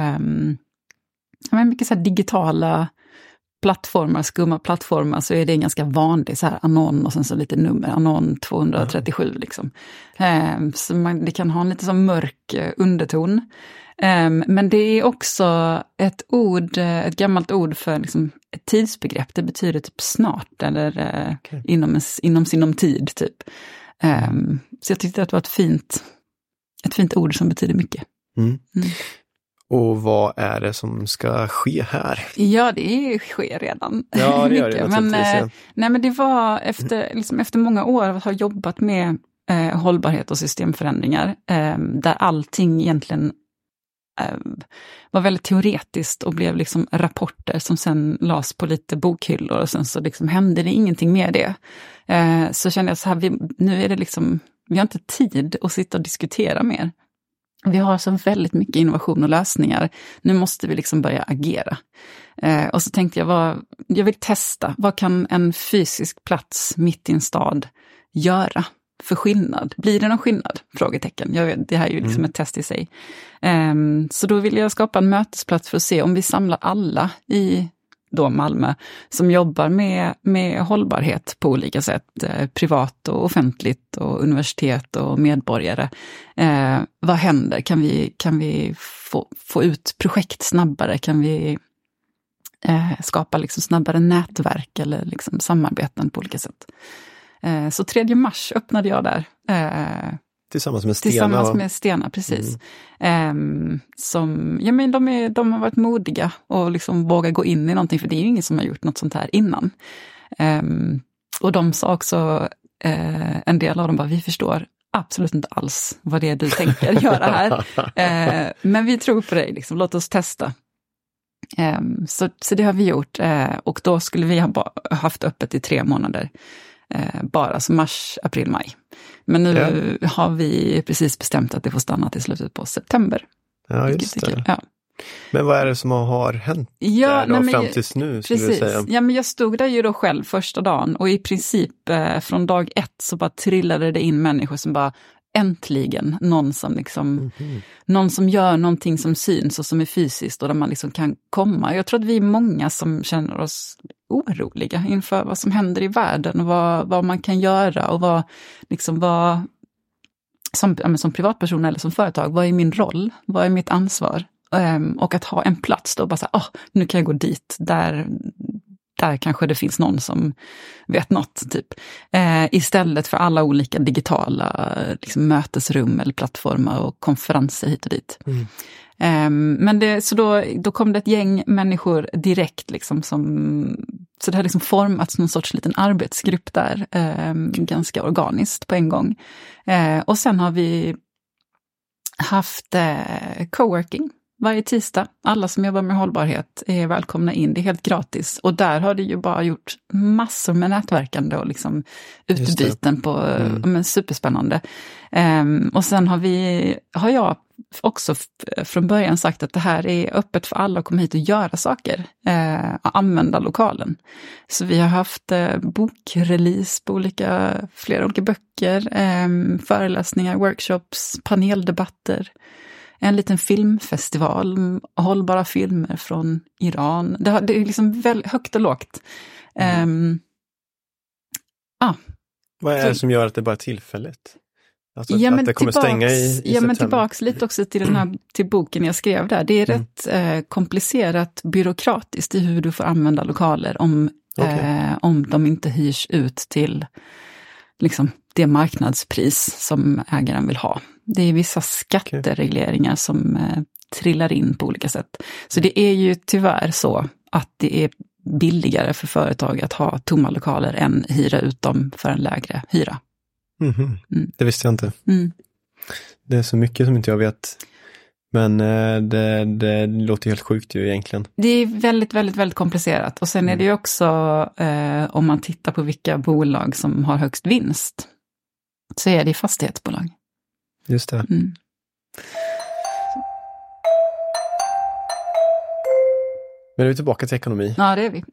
eh, mycket så här digitala plattformar, skumma plattformar, så är det en ganska vanlig så här Anon och sen så lite nummer, Anon tvåhundratrettiosju mm. liksom. Eh, så man, det kan ha en lite så mörk eh, underton. Eh, men det är också ett ord, ett gammalt ord för liksom, ett tidsbegrepp. Det betyder typ snart eller eh, okay. inom, inom sinom tid typ. Eh, så jag tyckte att det var ett fint Ett fint ord som betyder mycket. Mm. Mm. Och vad är det som ska ske här? Ja, det sker redan. Ja, det gör det men, ja. Nej, men det var efter, liksom, efter många år att ha jobbat med eh, hållbarhet och systemförändringar. Eh, där allting egentligen eh, var väldigt teoretiskt och blev liksom rapporter som sen lades på lite bokhyllor. Och sen så liksom hände det ingenting med det. Eh, så kände jag så här, vi, nu är det liksom... Vi har inte tid att sitta och diskutera mer. Vi har så väldigt mycket innovation och lösningar. Nu måste vi liksom börja agera. Eh, och så tänkte jag, vad, jag vill testa. Vad kan en fysisk plats mitt i en stad göra för skillnad? Blir det någon skillnad? Frågetecken. Jag vet, det här är ju liksom mm. ett test i sig. Eh, så då vill jag skapa en mötesplats för att se om vi samlar alla i då Malmö, som jobbar med, med hållbarhet på olika sätt, eh, privat och offentligt och universitet och medborgare. Eh, vad händer? Kan vi, kan vi få, få ut projekt snabbare? Kan vi eh, skapa liksom snabbare nätverk eller liksom samarbeten på olika sätt? Eh, så tredje mars öppnade jag där. Eh, Tillsammans med Stena. Tillsammans med Stena, precis. Mm. Um, som, ja, men de, är, de har varit modiga och liksom vågar gå in i någonting, för det är ju ingen som har gjort något sånt här innan. Um, och de sa också, uh, en del av dem bara, vi förstår absolut inte alls vad det är du tänker göra här. uh, men vi tror på dig, liksom, låt oss testa. Um, så, så det har vi gjort, uh, och då skulle vi ha ba- haft öppet i tre månader. Eh, bara så mars, april, maj. Men nu ja. har vi precis bestämt att det får stanna till slutet på september. Ja, just det. Ja. Men vad är det som har hänt ja, där då, nej, fram tills nu? Precis. Du säga? Ja, men jag stod där ju då själv första dagen och i princip eh, från dag ett så bara trillade det in människor som bara äntligen någon som liksom mm-hmm. någon som gör någonting som syns och som är fysiskt och där man liksom kan komma. Jag tror att vi är många som känner oss oroliga inför vad som händer i världen och vad, vad man kan göra och vad liksom vad som, ja, som privatperson eller som företag, vad är min roll? Vad är mitt ansvar? Um, och att ha en plats då, bara så här, oh, nu kan jag gå dit, där, där kanske det finns någon som vet något, typ. Uh, istället för alla olika digitala liksom, mötesrum eller plattformar och konferenser hit och dit. Mm. Um, men det, så då, då kom det ett gäng människor direkt, liksom, som, så det har liksom formats någon sorts liten arbetsgrupp där, um, ganska organiskt på en gång. Uh, och sen har vi haft uh, coworking varje tisdag. Alla som jobbar med hållbarhet är välkomna in. Det är helt gratis. Och där har det ju bara gjort massor med nätverkande och liksom utbyten på, mm. men superspännande. Um, och sen har vi, har jag också f- från början sagt att det här är öppet för alla att komma hit och göra saker. Uh, och använda lokalen. Så vi har haft uh, bokrelease på olika, flera olika böcker, um, föreläsningar, workshops, paneldebatter. en liten filmfestival, hållbara filmer från Iran. Det, har, det är liksom väl högt och lågt. Mm. Um, ah, Vad är det som gör att det bara är tillfälligt? Alltså ja, att det kommer tillbaks, stänga i, i ja, september. men tillbaks lite också till den här till boken jag skrev där. Det är mm. rätt eh, komplicerat byråkratiskt i hur du får använda lokaler om, okay. eh, om de inte hyrs ut till liksom, det marknadspris som ägaren vill ha. Det är vissa skatteregleringar okay. som eh, trillar in på olika sätt. Så det är ju tyvärr så att det är billigare för företag att ha tomma lokaler än hyra ut dem för en lägre hyra. Mm-hmm. Mm. Det visste jag inte. Mm. Det är så mycket som inte jag vet. Men eh, det, det låter helt sjukt ju egentligen. Det är väldigt, väldigt, väldigt komplicerat. Och sen mm. är det ju också, eh, om man tittar på vilka bolag som har högst vinst, så är det fastighetsbolag. Just det. Mm. Men är vi tillbaka till ekonomi? Ja, det är vi.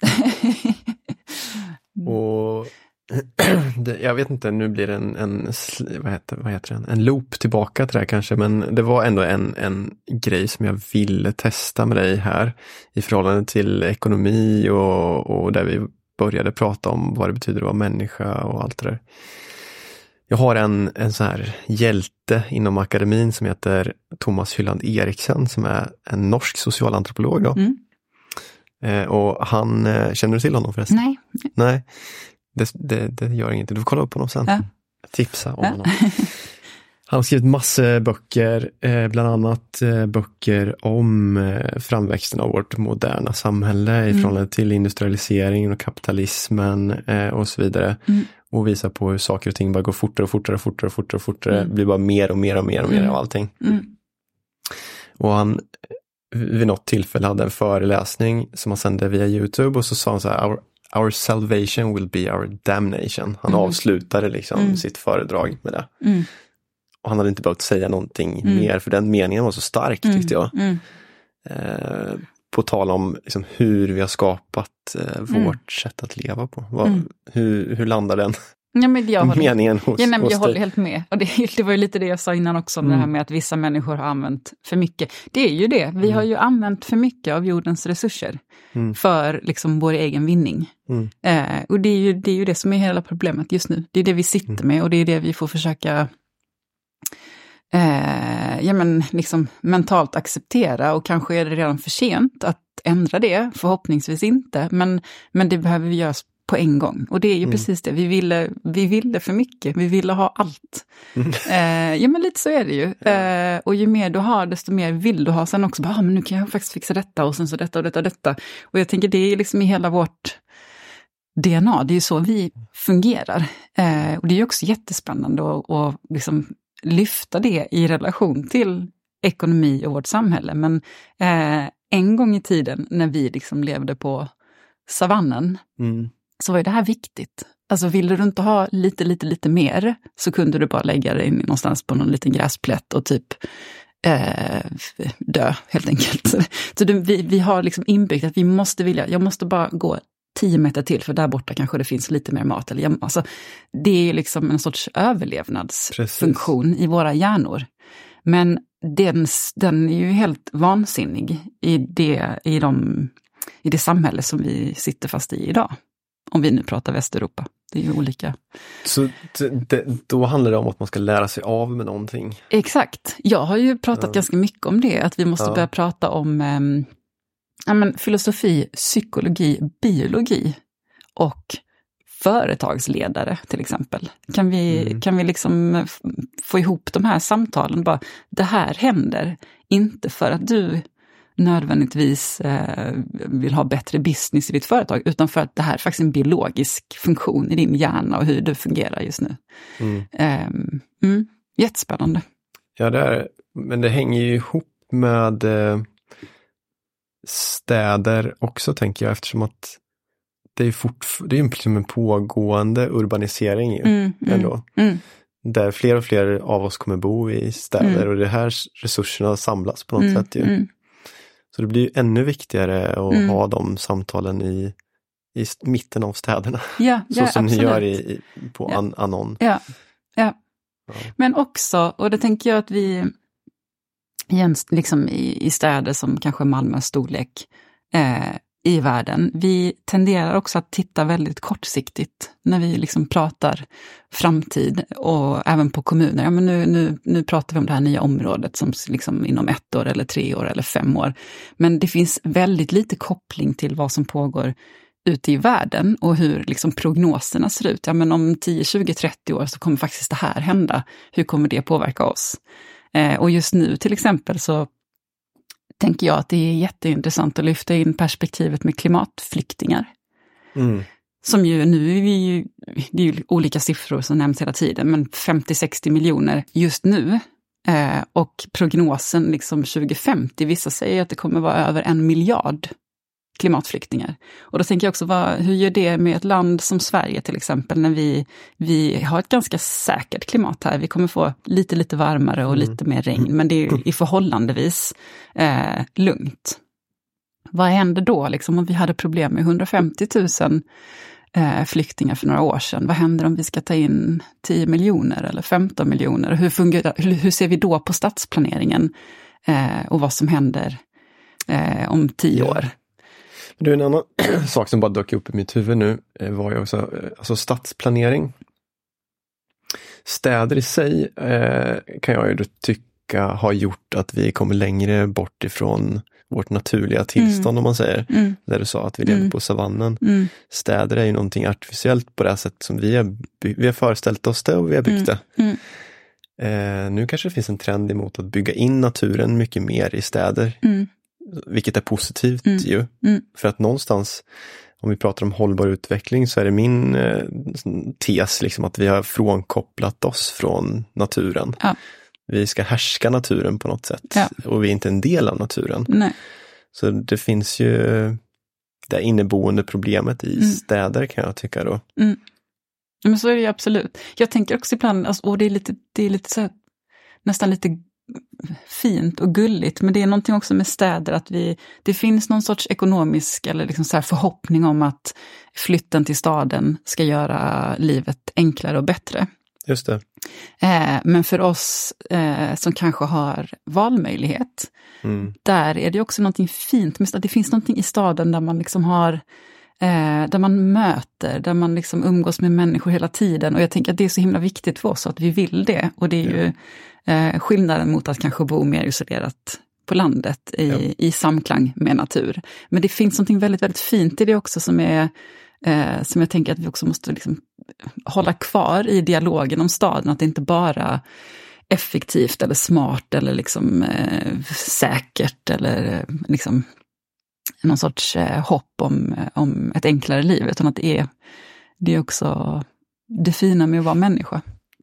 Och det, jag vet inte, nu blir det en, en vad heter, vad heter den? En loop tillbaka till det här kanske, men det var ändå en, en grej som jag ville testa med dig här i förhållande till ekonomi och, och där vi började prata om vad det betyder att vara människa och allt det där. Jag har en, en så här hjälte inom akademin som heter Thomas Hylland Eriksen som är en norsk socialantropolog då. Mm. Eh, och han, eh, känner du till honom förresten? Nej. Nej. Det, det, det gör inget. Du får kolla upp honom sen. Ja. Tipsa om ja. honom. Han har skrivit massor böcker, eh, bland annat eh, böcker om eh, framväxten av vårt moderna samhälle mm. i förhållande till industrialiseringen och kapitalismen eh, och så vidare. Mm. Och visar på hur saker och ting bara går fortare och fortare och fortare och fortare och fortare. Mm. Blir bara mer och mer och mer och mer mm. av allting. Mm. Och han vid något tillfälle hade en föreläsning som han sände via YouTube och så sa han så här: Our, our salvation will be our damnation. Han mm. avslutade liksom mm. sitt föredrag med det. Mm. Och han hade inte behövt säga någonting mm. mer, för den meningen var så stark mm. tyckte jag. Mm. Eh, på tal om liksom, hur vi har skapat eh, vårt mm. sätt att leva på. Vad, mm. hur, hur landar den ja, men jag håller, meningen hos, ja, nej, hos jag håller helt med. Och det, det var ju lite det jag sa innan också, mm. det här med att vissa människor har använt för mycket. Det är ju det. Vi mm. har ju använt för mycket av jordens resurser mm. för liksom vår egen vinning. Mm. Eh, och det är, ju, det är ju det som är hela problemet just nu. Det är det vi sitter mm. med och det är det vi får försöka eh, ja, men liksom mentalt acceptera, och kanske är det redan för sent att ändra det, förhoppningsvis inte, men, men det behöver vi göra på en gång. Och det är ju mm. precis det, vi ville, vi ville för mycket, vi ville ha allt. Mm. Eh, ja men lite så är det ju. Ja. Eh, och ju mer du har, desto mer vill du ha. Sen också, bara, ah, men nu kan jag faktiskt fixa detta och sen så detta och detta och detta. Och jag tänker det är liksom i hela vårt D N A, det är ju så vi fungerar. Eh, och det är ju också jättespännande att, att liksom lyfta det i relation till ekonomi och vårt samhälle. Men eh, en gång i tiden när vi liksom levde på savannen mm. så var ju det här viktigt. Alltså ville du inte ha lite, lite, lite mer så kunde du bara lägga dig någonstans på någon liten gräsplätt och typ eh, dö helt enkelt. Så det, vi, vi har liksom inbyggt att vi måste vilja, jag måste bara gå tio meter till för där borta kanske det finns lite mer mat. Eller, alltså, det är liksom en sorts överlevnadsfunktion Precis. I våra hjärnor. Men den, den är ju helt vansinnig i det, i, de, i det samhälle som vi sitter fast i idag. Om vi nu pratar Västeuropa. Det är ju olika. Så det, då handlar det om att man ska lära sig av med någonting? Exakt. Jag har ju pratat ja. ganska mycket om det. Att vi måste ja. börja prata om eh, ja, men, filosofi, psykologi, biologi och företagsledare till exempel. Kan vi, mm. kan vi liksom få ihop de här samtalen? Bara, det här händer inte för att du nödvändigtvis eh, vill ha bättre business i ditt företag, utan för att det här är faktiskt en biologisk funktion i din hjärna och hur du fungerar just nu. Mm. Eh, mm, jättespännande. Ja, det är, men det hänger ju ihop med eh, städer också, tänker jag, eftersom att det är, fort, det är liksom en pågående urbanisering ju, mm, ändå. Mm, mm. Där fler och fler av oss kommer bo i städer mm. och det här resurserna samlas på något mm, sätt ju. Mm. Så det blir ju ännu viktigare att mm. ha de samtalen i, i mitten av städerna. Ja, så ja, som absolut. ni gör i, i, på ja. an, Anon. Ja. Ja. ja, men också, och det tänker jag att vi igen, liksom i, i städer som kanske Malmös storlek eh, i världen. Vi tenderar också att titta väldigt kortsiktigt när vi liksom pratar framtid och även på kommuner. Ja, men nu, nu, nu pratar vi om det här nya området som liksom inom ett år eller tre år eller fem år. Men det finns väldigt lite koppling till vad som pågår ute i världen och hur liksom prognoserna ser ut. Ja, men om tio, tjugo, trettio år så kommer faktiskt det här hända. Hur kommer det påverka oss? Eh, och just nu till exempel så tänker jag att det är jätteintressant att lyfta in perspektivet med klimatflyktingar. Mm. Som ju nu är vi ju, det är ju olika siffror som nämns hela tiden, men femtio till sextio miljoner just nu. Eh, och prognosen liksom tjugo femtio, vissa säger att det kommer vara över en miljard klimatflyktingar. Och då tänker jag också, vad, hur gör det med ett land som Sverige till exempel, när vi, vi har ett ganska säkert klimat här. Vi kommer få lite, lite varmare och lite mer regn, men det är i förhållandevis eh, lugnt. Vad händer då liksom, om vi hade problem med hundrafemtio tusen eh, flyktingar för några år sedan? Vad händer om vi ska ta in tio miljoner eller femton miljoner? Hur, fungerar, hur, hur ser vi då på stadsplaneringen eh, och vad som händer eh, om tio år? Du, en annan sak som bara dök upp i mitt huvud nu var ju också alltså stadsplanering. Städer i sig eh, kan jag ju då tycka har gjort att vi kommer längre bort ifrån vårt naturliga tillstånd, mm. om man säger. Mm. Där du sa att vi lever mm. på savannen. Mm. Städer är ju någonting artificiellt på det här sättet som vi har, vi har föreställt oss det och vi har byggt det. Mm. Mm. Eh, nu kanske det finns en trend emot att bygga in naturen mycket mer i städer. Mm. Vilket är positivt mm. ju. Mm. För att någonstans, om vi pratar om hållbar utveckling, så är det min eh, tes liksom att vi har frånkopplat oss från naturen. Ja. Vi ska härska naturen på något sätt. Ja. Och vi är inte en del av naturen. Nej. Så det finns ju det inneboende problemet i mm. städer, kan jag tycka då. Mm. Men så är det ju absolut. Jag tänker också ibland, alltså, och det är lite, det är lite så här, nästan lite fint och gulligt, men det är någonting också med städer att vi, det finns någon sorts ekonomisk eller liksom så här förhoppning om att flytten till staden ska göra livet enklare och bättre. Just det. Eh, men för oss eh, som kanske har valmöjlighet, mm. där är det också någonting fint med att det finns någonting i staden där man liksom har eh, där man möter, där man liksom umgås med människor hela tiden, och jag tänker att det är så himla viktigt för oss att vi vill det, och det är ja. ju Eh, skillnaden mot att kanske bo mer isolerat på landet i, ja. i samklang med natur. Men det finns något väldigt, väldigt fint i det också som är eh, som jag tänker att vi också måste liksom hålla kvar i dialogen om staden, att det inte bara effektivt eller smart eller liksom eh, säkert eller eh, liksom någon sorts eh, hopp om, om ett enklare liv, utan att det är, det är också det fina med att vara människa.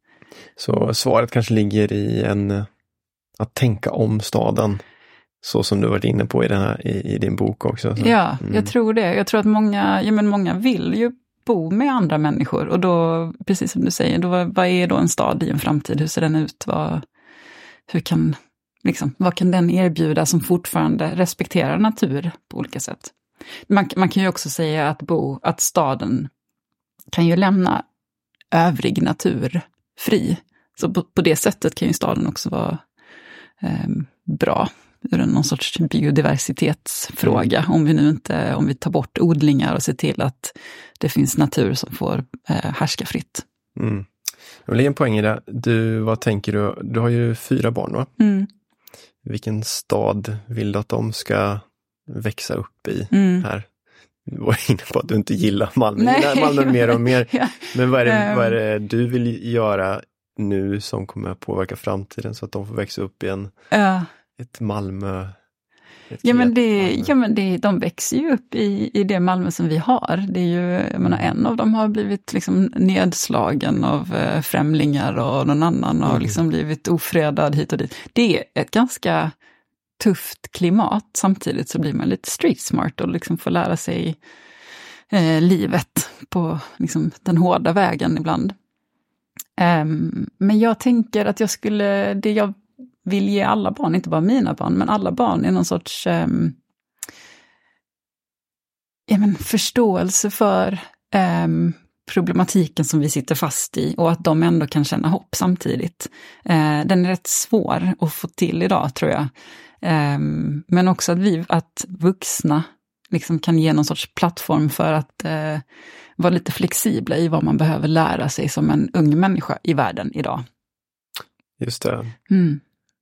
Så svaret kanske ligger i en att tänka om staden, så som du varit inne på i, den här, i, i din bok också. Så. Ja, mm. jag tror det. Jag tror att många, ja, men många vill ju bo med andra människor, och då, precis som du säger, då, vad är då en stad i en framtid? Hur ser den ut? Vad, hur kan, liksom, vad kan den erbjuda som fortfarande respekterar natur på olika sätt? Man, man kan ju också säga att, bo, att staden kan ju lämna övrig natur fri. Så på, på det sättet kan ju staden också vara eh, bra ur en någon sorts biodiversitetsfråga. Mm. Om vi nu inte, om vi tar bort odlingar och ser till att det finns natur som får eh, härska fritt. Mm. Det ligger en poäng i det. Du, vad tänker du? Du har ju fyra barn, va? Mm. Vilken stad vill du att de ska växa upp i mm. här? Du var inne på att du inte gillar Malmö. Nej. Gillar Malmö mer och mer. Ja. Men vad är, det, um. vad är det du vill göra nu som kommer att påverka framtiden så att de får växa upp i en, uh. ett Malmö? Ett ja, men det, Malmö. ja men det, de växer ju upp i, i det Malmö som vi har. Det är ju, jag menar, en av dem har blivit liksom nedslagen av eh, främlingar, och någon annan har mm. liksom blivit ofredad hit och dit. Det är ett ganska tufft klimat. Samtidigt så blir man lite street smart och liksom får lära sig eh, livet på liksom, den hårda vägen ibland. Um, men jag tänker att jag skulle, det jag vill ge alla barn, inte bara mina barn, men alla barn är någon sorts um, ja, men förståelse för um, problematiken som vi sitter fast i och att de ändå kan känna hopp samtidigt. Eh, den är rätt svår att få till idag, tror jag. Eh, men också att vi, att vuxna liksom kan ge någon sorts plattform för att eh, vara lite flexibla i vad man behöver lära sig som en ung människa i världen idag. Just det. Mm.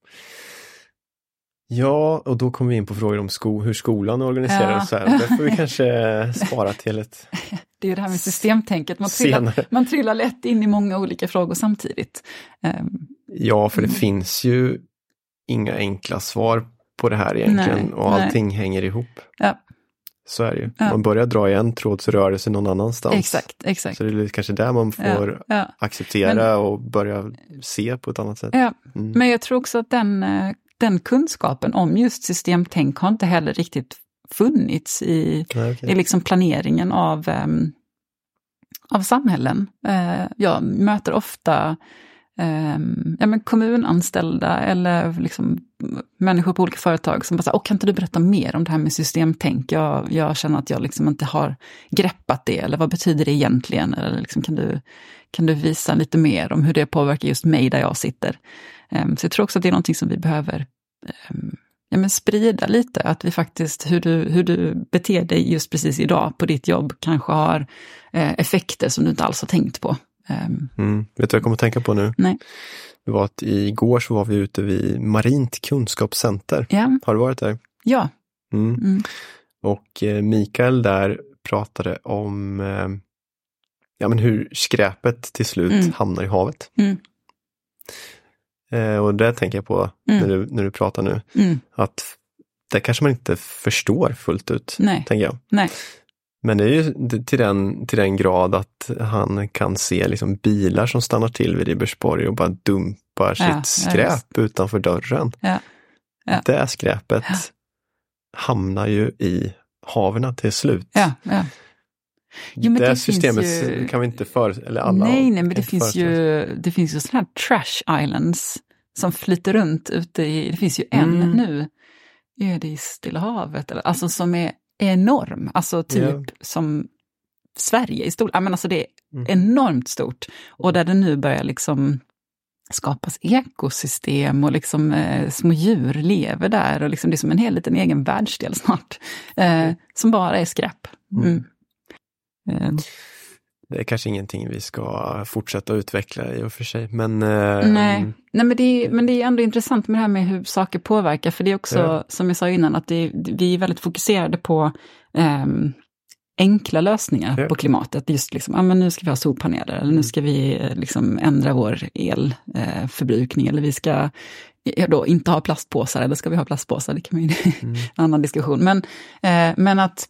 Ja, och då kommer vi in på frågor om sko- hur skolan organiserar Ja. så här. Det får vi kanske spara till ett Det är ju det här med systemtänket. Man trillar, man trillar lätt in i många olika frågor samtidigt. Um, Ja, för det mm. finns ju inga enkla svar på det här egentligen. Nej, och allting nej. hänger ihop. Ja. Så är det ju. Ja. Man börjar dra i en tråd så rör det sig någon annanstans. Exakt, exakt. Så det är kanske där man får ja, ja. acceptera men, och börja se på ett annat sätt. Ja, mm. men jag tror också att den, den kunskapen om just systemtänk har inte heller riktigt funnits i, Nej, okay. i liksom planeringen av, um, av samhällen. Uh, jag möter ofta um, ja, men kommunanställda eller liksom människor på olika företag som bara säger, åh, kan inte du berätta mer om det här med systemtänk? Jag, jag känner att jag liksom inte har greppat det, eller vad betyder det egentligen? Eller liksom, kan, du, kan du visa lite mer om hur det påverkar just mig där jag sitter? Um, så jag tror också att det är någonting som vi behöver um, ja, men sprida lite, att vi faktiskt, hur du, hur du beter dig just precis idag på ditt jobb kanske har eh, effekter som du inte alls har tänkt på. Um, mm. Vet du vad jag kommer att tänka på nu? Nej. Det var att igår så var vi ute vid Marint kunskapscenter. Ja. Har du varit där? Ja. Mm. Mm. Och eh, Mikael där pratade om eh, ja, men hur skräpet till slut mm. hamnar i havet. Mm. Eh, och det tänker jag på mm. när, du, när du pratar nu. Mm. Att det kanske man inte förstår fullt ut, Nej. tänker jag. Nej. Men det är ju till den, till den grad att han kan se liksom bilar som stannar till vid Ribersborg och bara dumpar Ja, sitt skräp ja, utanför dörren. Ja. Ja. Det skräpet Ja. hamnar ju i haven till slut. Ja, ja. Jo, men det, det systemet ju... kan vi inte för eller alla. Nej, nej, men det finns föreslå. ju det finns ju sådana här trash islands som flyter runt ute i, det finns ju en Mm. nu, är det i Stilla havet, eller, alltså som är enorm, alltså typ Ja. som Sverige i stort, ja, men alltså det är Mm. enormt stort, och där det nu börjar liksom skapas ekosystem och liksom eh, små djur lever där, och liksom det är som en hel liten egen världsdel snart, eh, som bara är skräp. Mm. Mm. Det är kanske ingenting vi ska fortsätta utveckla i och för sig, men... Eh, Nej, Nej men, det är, men det är ändå intressant med det här med hur saker påverkar, för det är också, ja. som jag sa innan, att det, vi är väldigt fokuserade på eh, enkla lösningar ja. på klimatet. Just liksom, ah, men nu ska vi ha solpaneler, eller nu ska vi eh, liksom ändra vår elförbrukning, eh, eller vi ska ja, då inte ha plastpåsar, eller ska vi ha plastpåsar, det kan man ju, mm. en annan diskussion. Men, eh, men att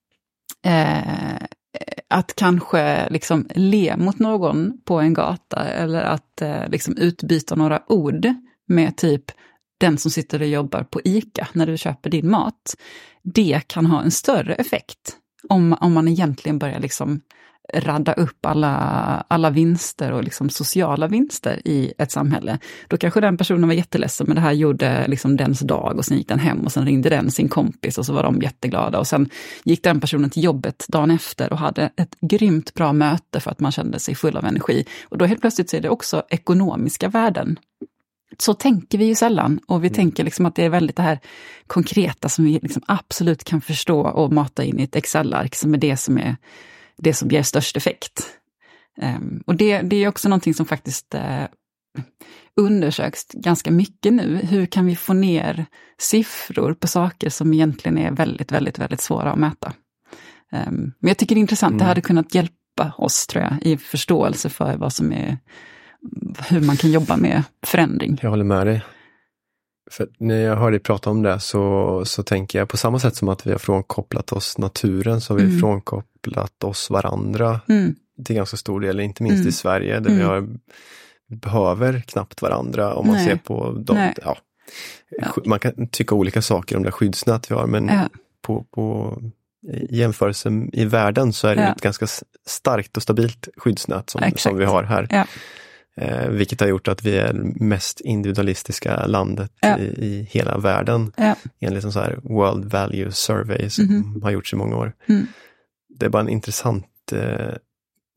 eh, att kanske liksom le mot någon på en gata, eller att eh, liksom utbyta några ord med typ den som sitter och jobbar på ICA när du köper din mat, det kan ha en större effekt om, om man egentligen börjar liksom radda upp alla, alla vinster och liksom sociala vinster i ett samhälle. Då kanske den personen var jätteledsen, men det här gjorde liksom dens dag, och sen gick den hem och sen ringde den sin kompis och så var de jätteglada, och sen gick den personen till jobbet dagen efter och hade ett grymt bra möte för att man kände sig full av energi. Och då helt plötsligt så är det också ekonomiska värden. Så tänker vi ju sällan, och vi mm. tänker liksom att det är väldigt det här konkreta som vi liksom absolut kan förstå och mata in i ett Excel-ark, som är det som är det som ger störst effekt. Um, och det, det är också någonting som faktiskt uh, undersöks ganska mycket nu. Hur kan vi få ner siffror på saker som egentligen är väldigt, väldigt, väldigt svåra att mäta. Um, men jag tycker det är intressant, mm. det hade kunnat hjälpa oss, tror jag, i förståelse för vad som är, hur man kan jobba med förändring. Jag håller med dig. För när jag hör dig prata om det så, så tänker jag på samma sätt som att vi har frånkopplat oss naturen, så har vi mm. frånkopplat oss varandra mm. till ganska stor del, inte minst mm. i Sverige där mm. vi har, behöver knappt varandra om man Nej. ser på de, ja, ja. Man kan tycka olika saker om det skyddsnät vi har, men ja. på, på jämförelse i världen så är det ja. ett ganska starkt och stabilt skyddsnät som, som vi har här. Ja. Eh, vilket har gjort att vi är mest individualistiska landet ja. i, i hela världen. Ja. Enligt en så här World Value Survey som mm-hmm. har gjorts i många år. Mm. Det är bara en intressant eh,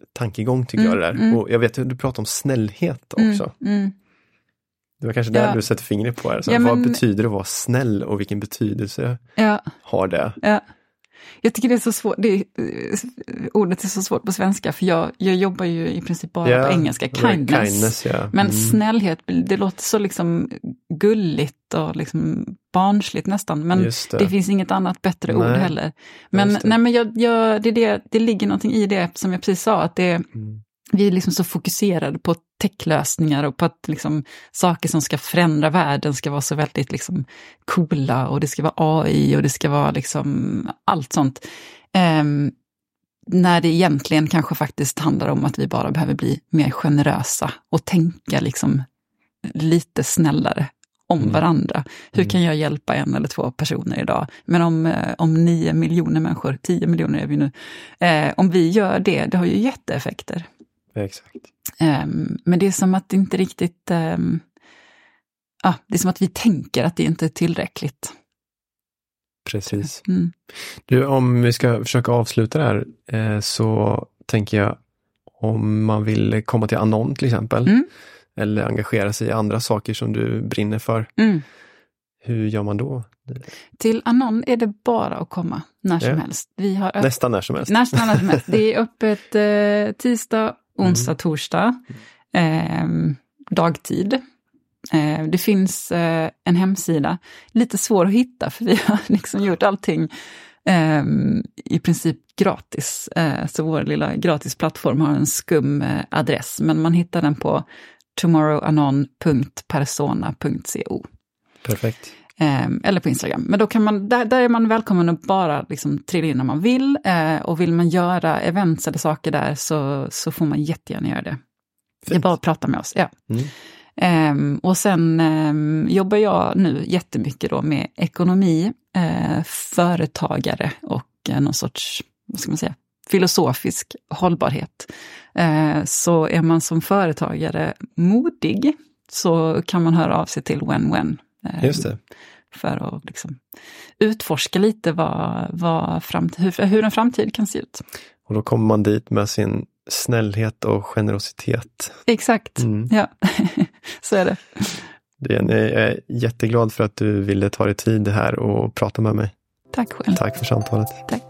tankegång tycker mm, jag det där. Mm. Och jag vet att du pratar om snällhet också. Mm, mm. Det var kanske där ja. du sätter fingret på det. Så ja, vad men... betyder det att vara snäll och vilken betydelse ja. har det? Ja. Jag tycker det är så svårt, det är, ordet är så svårt på svenska, för jag, jag jobbar ju i princip bara yeah, på engelska, kindness. kindness yeah. Men mm. snällhet, det låter så liksom gulligt och liksom barnsligt nästan, men det. det finns inget annat bättre nej. ord heller. Men, nej, men jag, jag, det, det, det ligger någonting i det, som jag precis sa, att det, mm. vi är liksom så fokuserade på techlösningar och på att liksom, saker som ska förändra världen ska vara så väldigt liksom, coola, och det ska vara A I och det ska vara liksom, allt sånt. Um, när det egentligen kanske faktiskt handlar om att vi bara behöver bli mer generösa och tänka liksom, lite snällare om mm. varandra. Hur mm. kan jag hjälpa en eller två personer idag? Men om, eh, om nio miljoner människor, tio miljoner är vi nu, eh, om vi gör det, det har ju jätteeffekter. Exakt. Um, men det är som att det inte riktigt, um, ah, det är som att vi tänker att det inte är tillräckligt. Precis. Mm. Du, om vi ska försöka avsluta det här eh, så tänker jag, om man vill komma till Anon till exempel, mm. eller engagera sig i andra saker som du brinner för, mm. hur gör man då? Till Anon är det bara att komma när som ja. helst. Vi har öpp- Nästan när som helst. Nästan när som helst. Det är öppet eh, tisdag, onsdag, mm. torsdag, eh, dagtid. Eh, det finns eh, en hemsida, lite svår att hitta för vi har liksom gjort allting eh, i princip gratis. Eh, så vår lilla gratisplattform har en skum eh, adress, men man hittar den på tomorrowanon punkt persona punkt co. Perfekt. Eh, eller på Instagram. Men då kan man, där, där är man välkommen att bara liksom trilla in när man vill. Eh, och vill man göra events eller saker där så, så får man jättegärna göra det. Fint. Det är bara att prata med oss. Ja. Mm. Eh, och sen eh, jobbar jag nu jättemycket då med ekonomi, eh, företagare och eh, någon sorts, vad ska man säga, filosofisk hållbarhet. Eh, så är man som företagare modig så kan man höra av sig till When When. Just det. För att liksom utforska lite vad, vad framt- hur, hur en framtid kan se ut. Och då kommer man dit med sin snällhet och generositet. Exakt, mm. ja. Så är det. det är, jag är jätteglad för att du ville ta dig tid här och prata med mig. Tack själv. Tack för samtalet. Tack.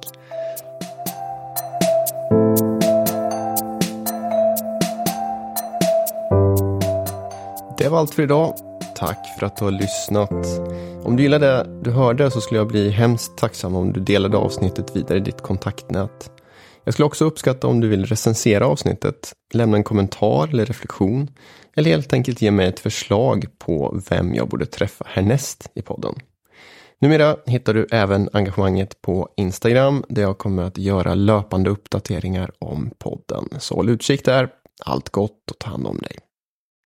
Det var allt för idag. Tack för att du har lyssnat. Om du gillade det du hörde så skulle jag bli hemskt tacksam om du delade avsnittet vidare i ditt kontaktnät. Jag skulle också uppskatta om du vill recensera avsnittet, lämna en kommentar eller reflektion, eller helt enkelt ge mig ett förslag på vem jag borde träffa härnäst i podden. Numera hittar du även engagemanget på Instagram där jag kommer att göra löpande uppdateringar om podden. Så håll utkik där, allt gott och ta hand om dig.